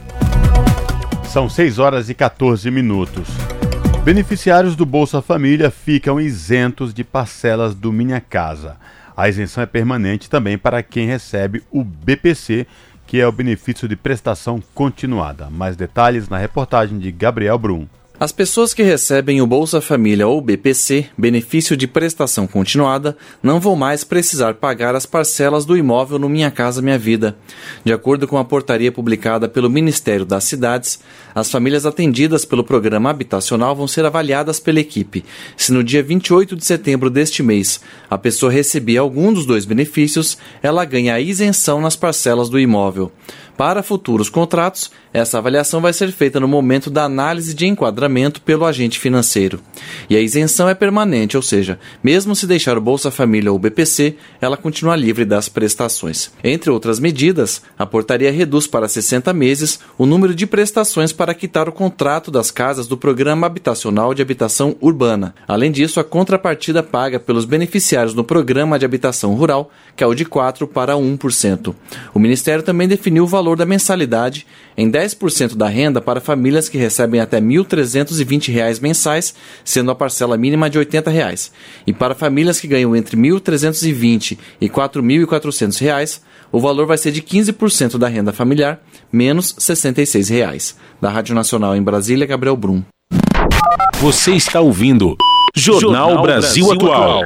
São seis horas e quatorze minutos. Beneficiários do Bolsa Família ficam isentos de parcelas do Minha Casa. A isenção é permanente também para quem recebe o B P C, que é o benefício de prestação continuada. Mais detalhes na reportagem de Gabriel Brum. As pessoas que recebem o Bolsa Família ou B P C, benefício de prestação continuada, não vão mais precisar pagar as parcelas do imóvel no Minha Casa Minha Vida. De acordo com a portaria publicada pelo Ministério das Cidades, as famílias atendidas pelo programa habitacional vão ser avaliadas pela equipe. Se no dia vinte e oito de setembro deste mês a pessoa receber algum dos dois benefícios, ela ganha a isenção nas parcelas do imóvel. Para futuros contratos, essa avaliação vai ser feita no momento da análise de enquadramento pelo agente financeiro. E a isenção é permanente, ou seja, mesmo se deixar o Bolsa Família ou o B P C, ela continua livre das prestações. Entre outras medidas, a portaria reduz para sessenta meses o número de prestações para quitar o contrato das casas do Programa Habitacional de Habitação Urbana. Além disso, a contrapartida paga pelos beneficiários no Programa de Habitação Rural, que é o de quatro para um por cento. O Ministério também definiu o valor da mensalidade em dez por cento da renda para famílias que recebem até mil trezentos e vinte reais mensais, sendo a parcela mínima de oitenta reais. E para famílias que ganham entre mil trezentos e vinte e quatro mil e quatrocentos reais, o valor vai ser de quinze por cento da renda familiar, menos sessenta e seis reais. Da Rádio Nacional em Brasília, Gabriel Brum. Você está ouvindo Jornal, Jornal Brasil, Brasil Atual.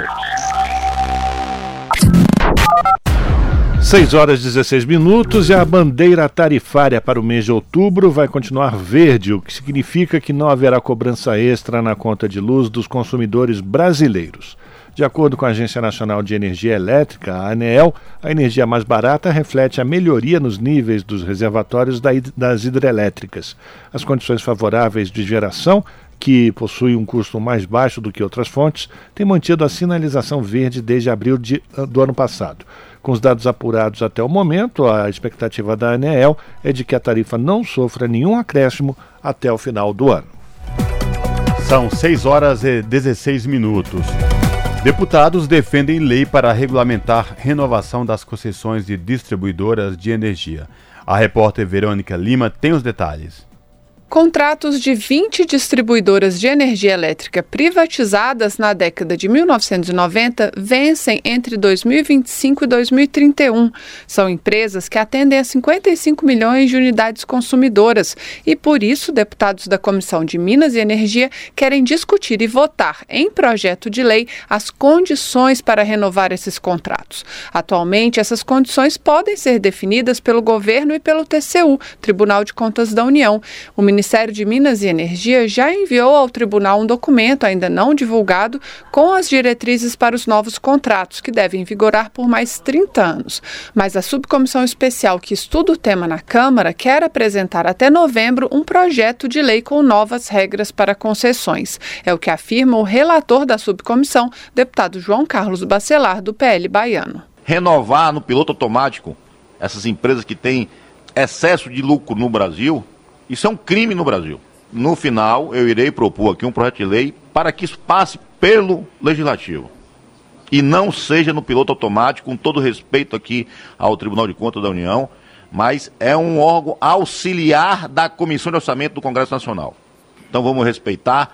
seis horas e dezesseis minutos e a bandeira tarifária para o mês de outubro vai continuar verde, o que significa que não haverá cobrança extra na conta de luz dos consumidores brasileiros. De acordo com a Agência Nacional de Energia Elétrica, a ANEEL, a energia mais barata reflete a melhoria nos níveis dos reservatórios das hidrelétricas. As condições favoráveis de geração, que possui um custo mais baixo do que outras fontes, têm mantido a sinalização verde desde abril de, do ano passado. Com os dados apurados até o momento, a expectativa da ANEEL é de que a tarifa não sofra nenhum acréscimo até o final do ano. São seis horas e dezesseis minutos. Deputados defendem lei para regulamentar renovação das concessões de distribuidoras de energia. A repórter Verônica Lima tem os detalhes. Contratos de vinte distribuidoras de energia elétrica privatizadas na década de mil novecentos e noventa vencem entre dois mil e vinte e cinco e dois mil e trinta e um. São empresas que atendem a cinquenta e cinco milhões de unidades consumidoras e, por isso, deputados da Comissão de Minas e Energia querem discutir e votar em projeto de lei as condições para renovar esses contratos. Atualmente, essas condições podem ser definidas pelo governo e pelo T C U, Tribunal de Contas da União. O O Ministério de Minas e Energia já enviou ao tribunal um documento ainda não divulgado com as diretrizes para os novos contratos, que devem vigorar por mais trinta anos. Mas a subcomissão especial que estuda o tema na Câmara quer apresentar até novembro um projeto de lei com novas regras para concessões. É o que afirma o relator da subcomissão, deputado João Carlos Bacelar, do P L baiano. Renovar no piloto automático essas empresas que têm excesso de lucro no Brasil, isso é um crime no Brasil. No final, eu irei propor aqui um projeto de lei para que isso passe pelo Legislativo e não seja no piloto automático, com todo respeito aqui ao Tribunal de Contas da União, mas é um órgão auxiliar da Comissão de Orçamento do Congresso Nacional. Então vamos respeitar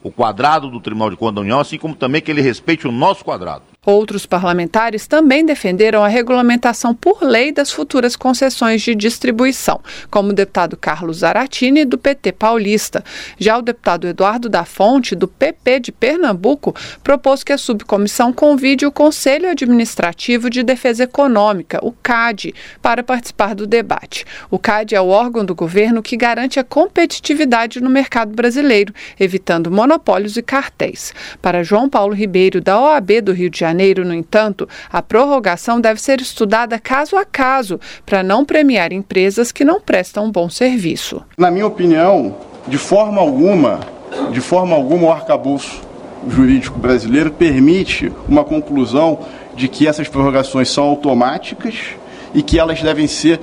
o quadrado do Tribunal de Contas da União, assim como também que ele respeite o nosso quadrado. Outros parlamentares também defenderam a regulamentação por lei das futuras concessões de distribuição, como o deputado Carlos Zaratini, do P T paulista. Já o deputado Eduardo da Fonte, do P P de Pernambuco, propôs que a subcomissão convide o Conselho Administrativo de Defesa Econômica, o C A D, para participar do debate. O C A D é o órgão do governo que garante a competitividade no mercado brasileiro, evitando monopólios e cartéis. Para João Paulo Ribeiro, da O A B do Rio de Janeiro, no entanto, a prorrogação deve ser estudada caso a caso, para não premiar empresas que não prestam um bom serviço. Na minha opinião, de forma alguma, de forma alguma o arcabouço jurídico brasileiro permite uma conclusão de que essas prorrogações são automáticas e que elas devem ser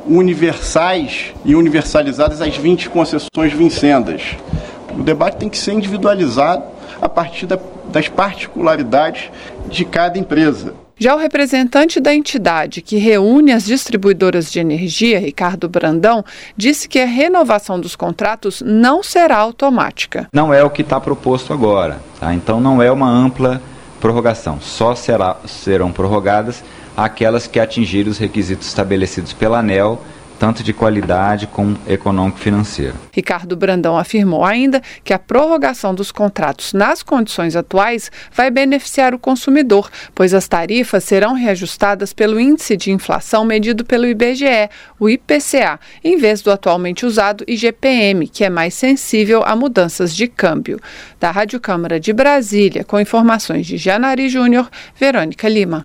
universais e universalizadas às vinte concessões vincendas. O debate tem que ser individualizado a partir da, das particularidades de cada empresa. Já o representante da entidade que reúne as distribuidoras de energia, Ricardo Brandão, disse que a renovação dos contratos não será automática. Não é o que está proposto agora, tá? Então não é uma ampla prorrogação, só será, serão prorrogadas aquelas que atingirem os requisitos estabelecidos pela ANEEL, tanto de qualidade como econômico-financeira. Ricardo Brandão afirmou ainda que a prorrogação dos contratos nas condições atuais vai beneficiar o consumidor, pois as tarifas serão reajustadas pelo índice de inflação medido pelo I B G E, o I P C A, em vez do atualmente usado I G P M, que é mais sensível a mudanças de câmbio. Da Rádio Câmara de Brasília, com informações de Janari Júnior, Verônica Lima.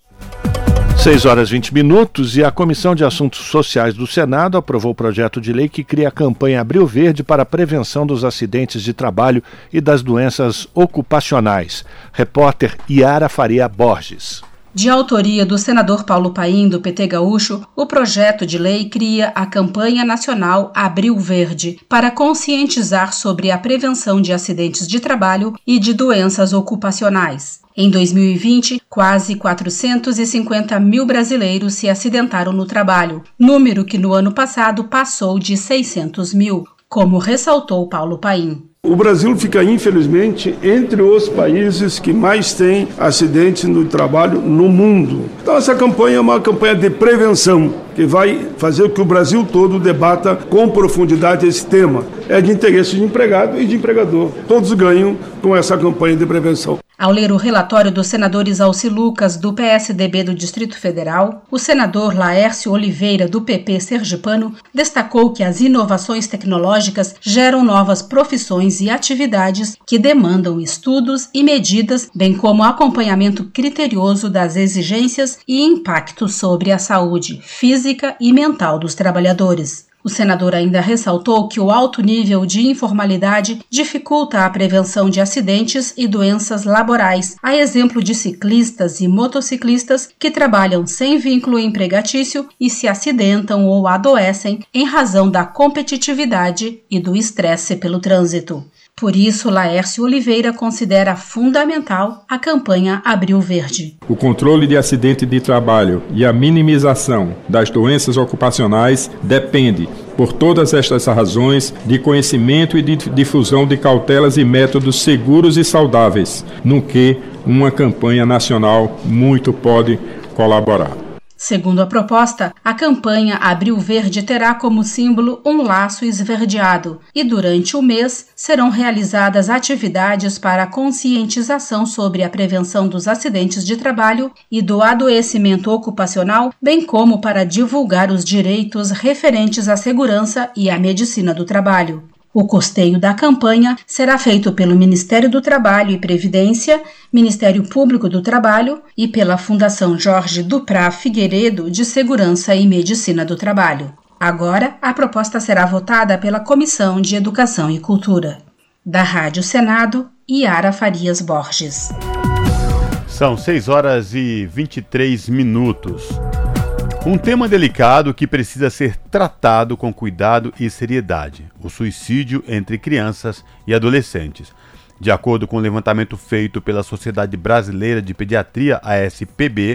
seis horas e vinte minutos e a Comissão de Assuntos Sociais do Senado aprovou o projeto de lei que cria a campanha Abril Verde para a prevenção dos acidentes de trabalho e das doenças ocupacionais. Repórter Yara Faria Borges. De autoria do senador Paulo Paim, do P T Gaúcho, o projeto de lei cria a campanha nacional Abril Verde para conscientizar sobre a prevenção de acidentes de trabalho e de doenças ocupacionais. Em dois mil e vinte, quase quatrocentos e cinquenta mil brasileiros se acidentaram no trabalho, número que no ano passado passou de seiscentos mil, como ressaltou Paulo Paim. O Brasil fica, infelizmente, entre os países que mais têm acidentes no trabalho no mundo. Então essa campanha é uma campanha de prevenção, que vai fazer com que o Brasil todo debata com profundidade esse tema. É de interesse de empregado e de empregador. Todos ganham com essa campanha de prevenção. Ao ler o relatório dos senadores Alci Lucas, do P S D B do Distrito Federal, o senador Laércio Oliveira, do P P sergipano, destacou que as inovações tecnológicas geram novas profissões e atividades que demandam estudos e medidas, bem como acompanhamento criterioso das exigências e impactos sobre a saúde física e mental dos trabalhadores. O senador ainda ressaltou que o alto nível de informalidade dificulta a prevenção de acidentes e doenças laborais, a exemplo de ciclistas e motociclistas que trabalham sem vínculo empregatício e se acidentam ou adoecem em razão da competitividade e do estresse pelo trânsito. Por isso, Laércio Oliveira considera fundamental a campanha Abril Verde. O controle de acidente de trabalho e a minimização das doenças ocupacionais depende, por todas estas razões, de conhecimento e de difusão de cautelas e métodos seguros e saudáveis, no que uma campanha nacional muito pode colaborar. Segundo a proposta, a campanha Abril Verde terá como símbolo um laço esverdeado e durante o mês serão realizadas atividades para a conscientização sobre a prevenção dos acidentes de trabalho e do adoecimento ocupacional, bem como para divulgar os direitos referentes à segurança e à medicina do trabalho. O custeio da campanha será feito pelo Ministério do Trabalho e Previdência, Ministério Público do Trabalho e pela Fundação Jorge Duprá Figueiredo de Segurança e Medicina do Trabalho. Agora, a proposta será votada pela Comissão de Educação e Cultura. Da Rádio Senado, Yara Farias Borges. São seis horas e vinte e três minutos. Um tema delicado que precisa ser tratado com cuidado e seriedade: o suicídio entre crianças e adolescentes. De acordo com o levantamento feito pela Sociedade Brasileira de Pediatria, a S P B,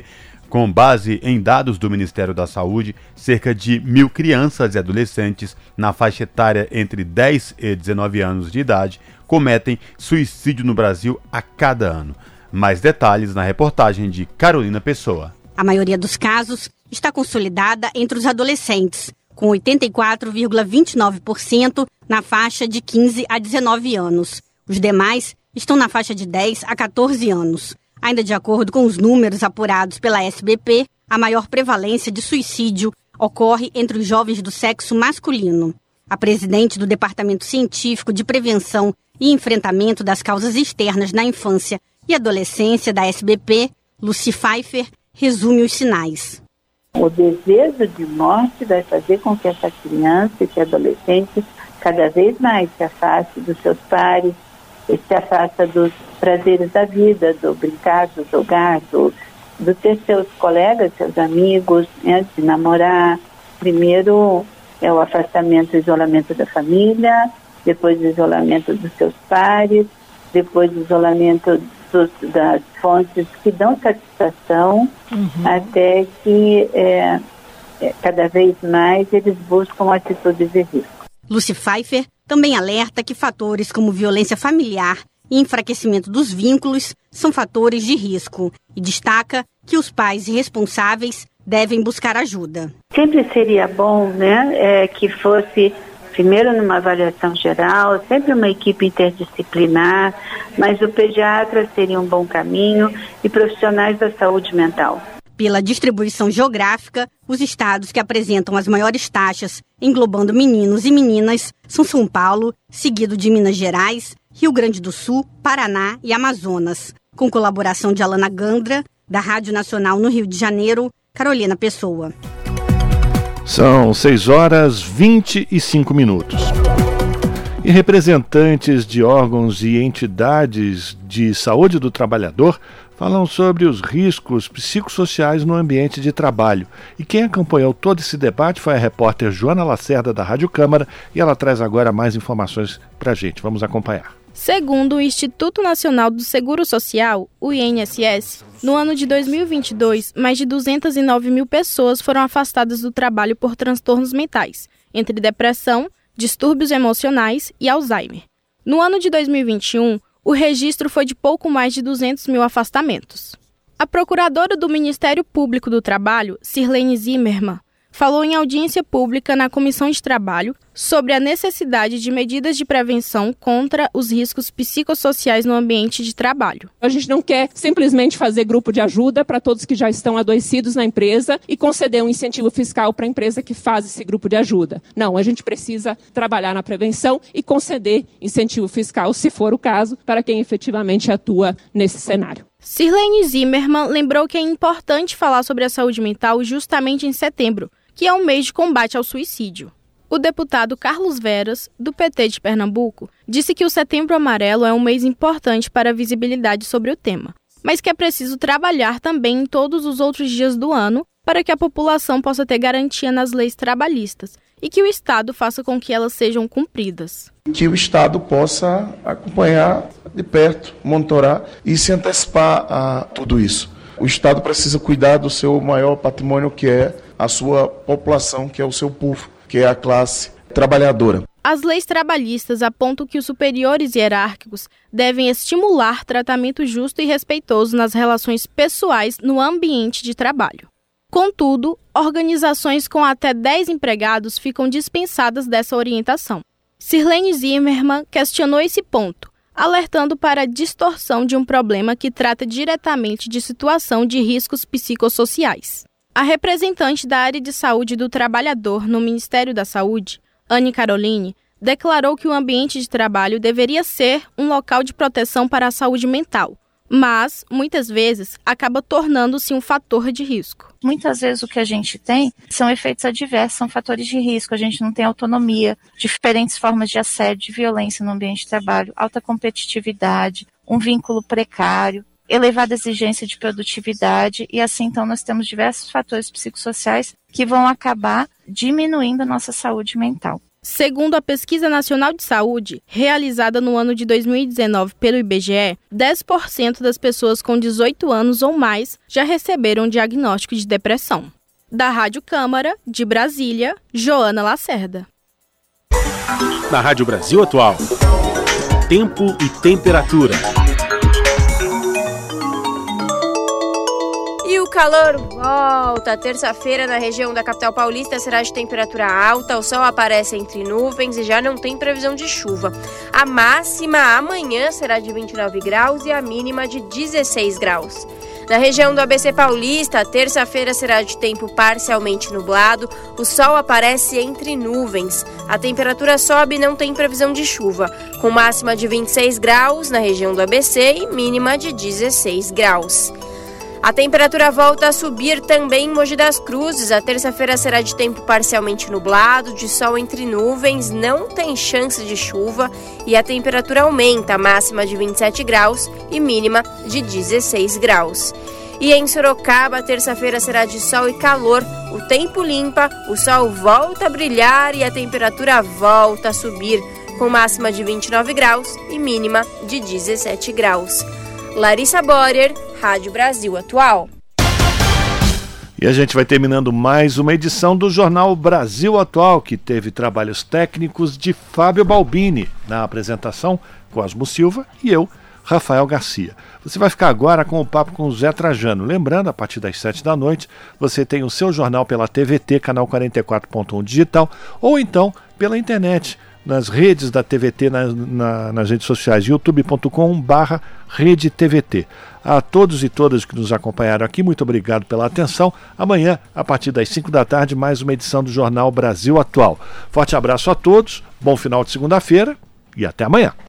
Com base em dados do Ministério da Saúde, cerca de mil crianças e adolescentes na faixa etária entre dez e dezenove anos de idade cometem suicídio no Brasil a cada ano. Mais detalhes na reportagem de Carolina Pessoa. A maioria dos casos está consolidada entre os adolescentes, com oitenta e quatro vírgula vinte e nove por cento na faixa de quinze a dezenove anos. Os demais estão na faixa de dez a quatorze anos. Ainda de acordo com os números apurados pela S B P, a maior prevalência de suicídio ocorre entre os jovens do sexo masculino. A presidente do Departamento Científico de Prevenção e Enfrentamento das Causas Externas na Infância e Adolescência da S B P, Lucy Pfeiffer, resume os sinais. O desejo de morte vai fazer com que essa criança, esse adolescente, cada vez mais se afaste dos seus pares, se afasta dos prazeres da vida, do brincar, do jogar, do, do ter seus colegas, seus amigos, né, de namorar. Primeiro é o afastamento, o isolamento da família, depois o isolamento dos seus pares, depois o isolamento dos, das fontes que dão satisfação, uhum. até que é, é, cada vez mais eles buscam atitudes de risco. Lucy Pfeiffer também alerta que fatores como violência familiar e enfraquecimento dos vínculos são fatores de risco e destaca que os pais responsáveis devem buscar ajuda. Sempre seria bom, né, é, que fosse primeiro numa avaliação geral, sempre uma equipe interdisciplinar, mas o pediatra seria um bom caminho e profissionais da saúde mental. Pela distribuição geográfica, os estados que apresentam as maiores taxas, englobando meninos e meninas, são São Paulo, seguido de Minas Gerais, Rio Grande do Sul, Paraná e Amazonas. Com colaboração de Alana Gandra, da Rádio Nacional no Rio de Janeiro, Carolina Pessoa. São seis horas e vinte e cinco minutos. E representantes de órgãos e entidades de saúde do trabalhador falam sobre os riscos psicossociais no ambiente de trabalho. E quem acompanhou todo esse debate foi a repórter Joana Lacerda, da Rádio Câmara, e ela traz agora mais informações para a gente. Vamos acompanhar. Segundo o Instituto Nacional do Seguro Social, o I N S S, no ano de dois mil e vinte e dois, mais de duzentas e nove mil pessoas foram afastadas do trabalho por transtornos mentais, entre depressão, distúrbios emocionais e Alzheimer. No ano de dois mil e vinte e um, o registro foi de pouco mais de duzentos mil afastamentos. A procuradora do Ministério Público do Trabalho, Sirlene Zimmermann, falou em audiência pública na Comissão de Trabalho sobre a necessidade de medidas de prevenção contra os riscos psicossociais no ambiente de trabalho. A gente não quer simplesmente fazer grupo de ajuda para todos que já estão adoecidos na empresa e conceder um incentivo fiscal para a empresa que faz esse grupo de ajuda. Não, a gente precisa trabalhar na prevenção e conceder incentivo fiscal, se for o caso, para quem efetivamente atua nesse cenário. Sirlene Zimmermann lembrou que é importante falar sobre a saúde mental justamente em setembro, que é um mês de combate ao suicídio. O deputado Carlos Veras, do P T de Pernambuco, disse que o Setembro Amarelo é um mês importante para a visibilidade sobre o tema, mas que é preciso trabalhar também em todos os outros dias do ano para que a população possa ter garantia nas leis trabalhistas e que o Estado faça com que elas sejam cumpridas. Que o Estado possa acompanhar de perto, monitorar e se antecipar a tudo isso. O Estado precisa cuidar do seu maior patrimônio, que é a sua população, que é o seu povo, que é a classe trabalhadora. As leis trabalhistas apontam que os superiores hierárquicos devem estimular tratamento justo e respeitoso nas relações pessoais no ambiente de trabalho. Contudo, organizações com até dez empregados ficam dispensadas dessa orientação. Sirlene Zimmermann questionou esse ponto, alertando para a distorção de um problema que trata diretamente de situação de riscos psicossociais. A representante da área de saúde do trabalhador no Ministério da Saúde, Anne Caroline, declarou que o ambiente de trabalho deveria ser um local de proteção para a saúde mental, mas, muitas vezes, acaba tornando-se um fator de risco. Muitas vezes o que a gente tem são efeitos adversos, são fatores de risco. A gente não tem autonomia, diferentes formas de assédio, de violência no ambiente de trabalho, alta competitividade, um vínculo precário, elevada exigência de produtividade e assim então nós temos diversos fatores psicossociais que vão acabar diminuindo a nossa saúde mental. Segundo a Pesquisa Nacional de Saúde, realizada no ano de dois mil e dezenove pelo I B G E, dez por cento das pessoas com dezoito anos ou mais já receberam diagnóstico de depressão. Da Rádio Câmara, de Brasília, Joana Lacerda. Na Rádio Brasil Atual, tempo e temperatura. E o calor volta. Terça-feira, na região da capital paulista, será de temperatura alta, o sol aparece entre nuvens e já não tem previsão de chuva. A máxima amanhã será de vinte e nove graus e a mínima de dezesseis graus. Na região do A B C Paulista, terça-feira será de tempo parcialmente nublado, o sol aparece entre nuvens. A temperatura sobe e não tem previsão de chuva, com máxima de vinte e seis graus na região do A B C e mínima de dezesseis graus. A temperatura volta a subir também em Mogi das Cruzes. A terça-feira será de tempo parcialmente nublado, de sol entre nuvens, não tem chance de chuva e a temperatura aumenta, máxima de vinte e sete graus e mínima de dezesseis graus. E em Sorocaba, a terça-feira será de sol e calor, o tempo limpa, o sol volta a brilhar e a temperatura volta a subir, com máxima de vinte e nove graus e mínima de dezessete graus. Larissa Borer, Rádio Brasil Atual. E a gente vai terminando mais uma edição do Jornal Brasil Atual, que teve trabalhos técnicos de Fábio Balbini, na apresentação, Cosmo Silva e eu, Rafael Garcia. Você vai ficar agora com o papo com o Zé Trajano. Lembrando, a partir das sete da noite, você tem o seu jornal pela T V T, canal quarenta e quatro ponto um digital, ou então pela internet, nas redes da T V T, na, na, nas redes sociais, youtube ponto com barra rede T V T. A todos e todas que nos acompanharam aqui, muito obrigado pela atenção. Amanhã, a partir das cinco da tarde, mais uma edição do Jornal Brasil Atual. Forte abraço a todos, bom final de segunda-feira e até amanhã.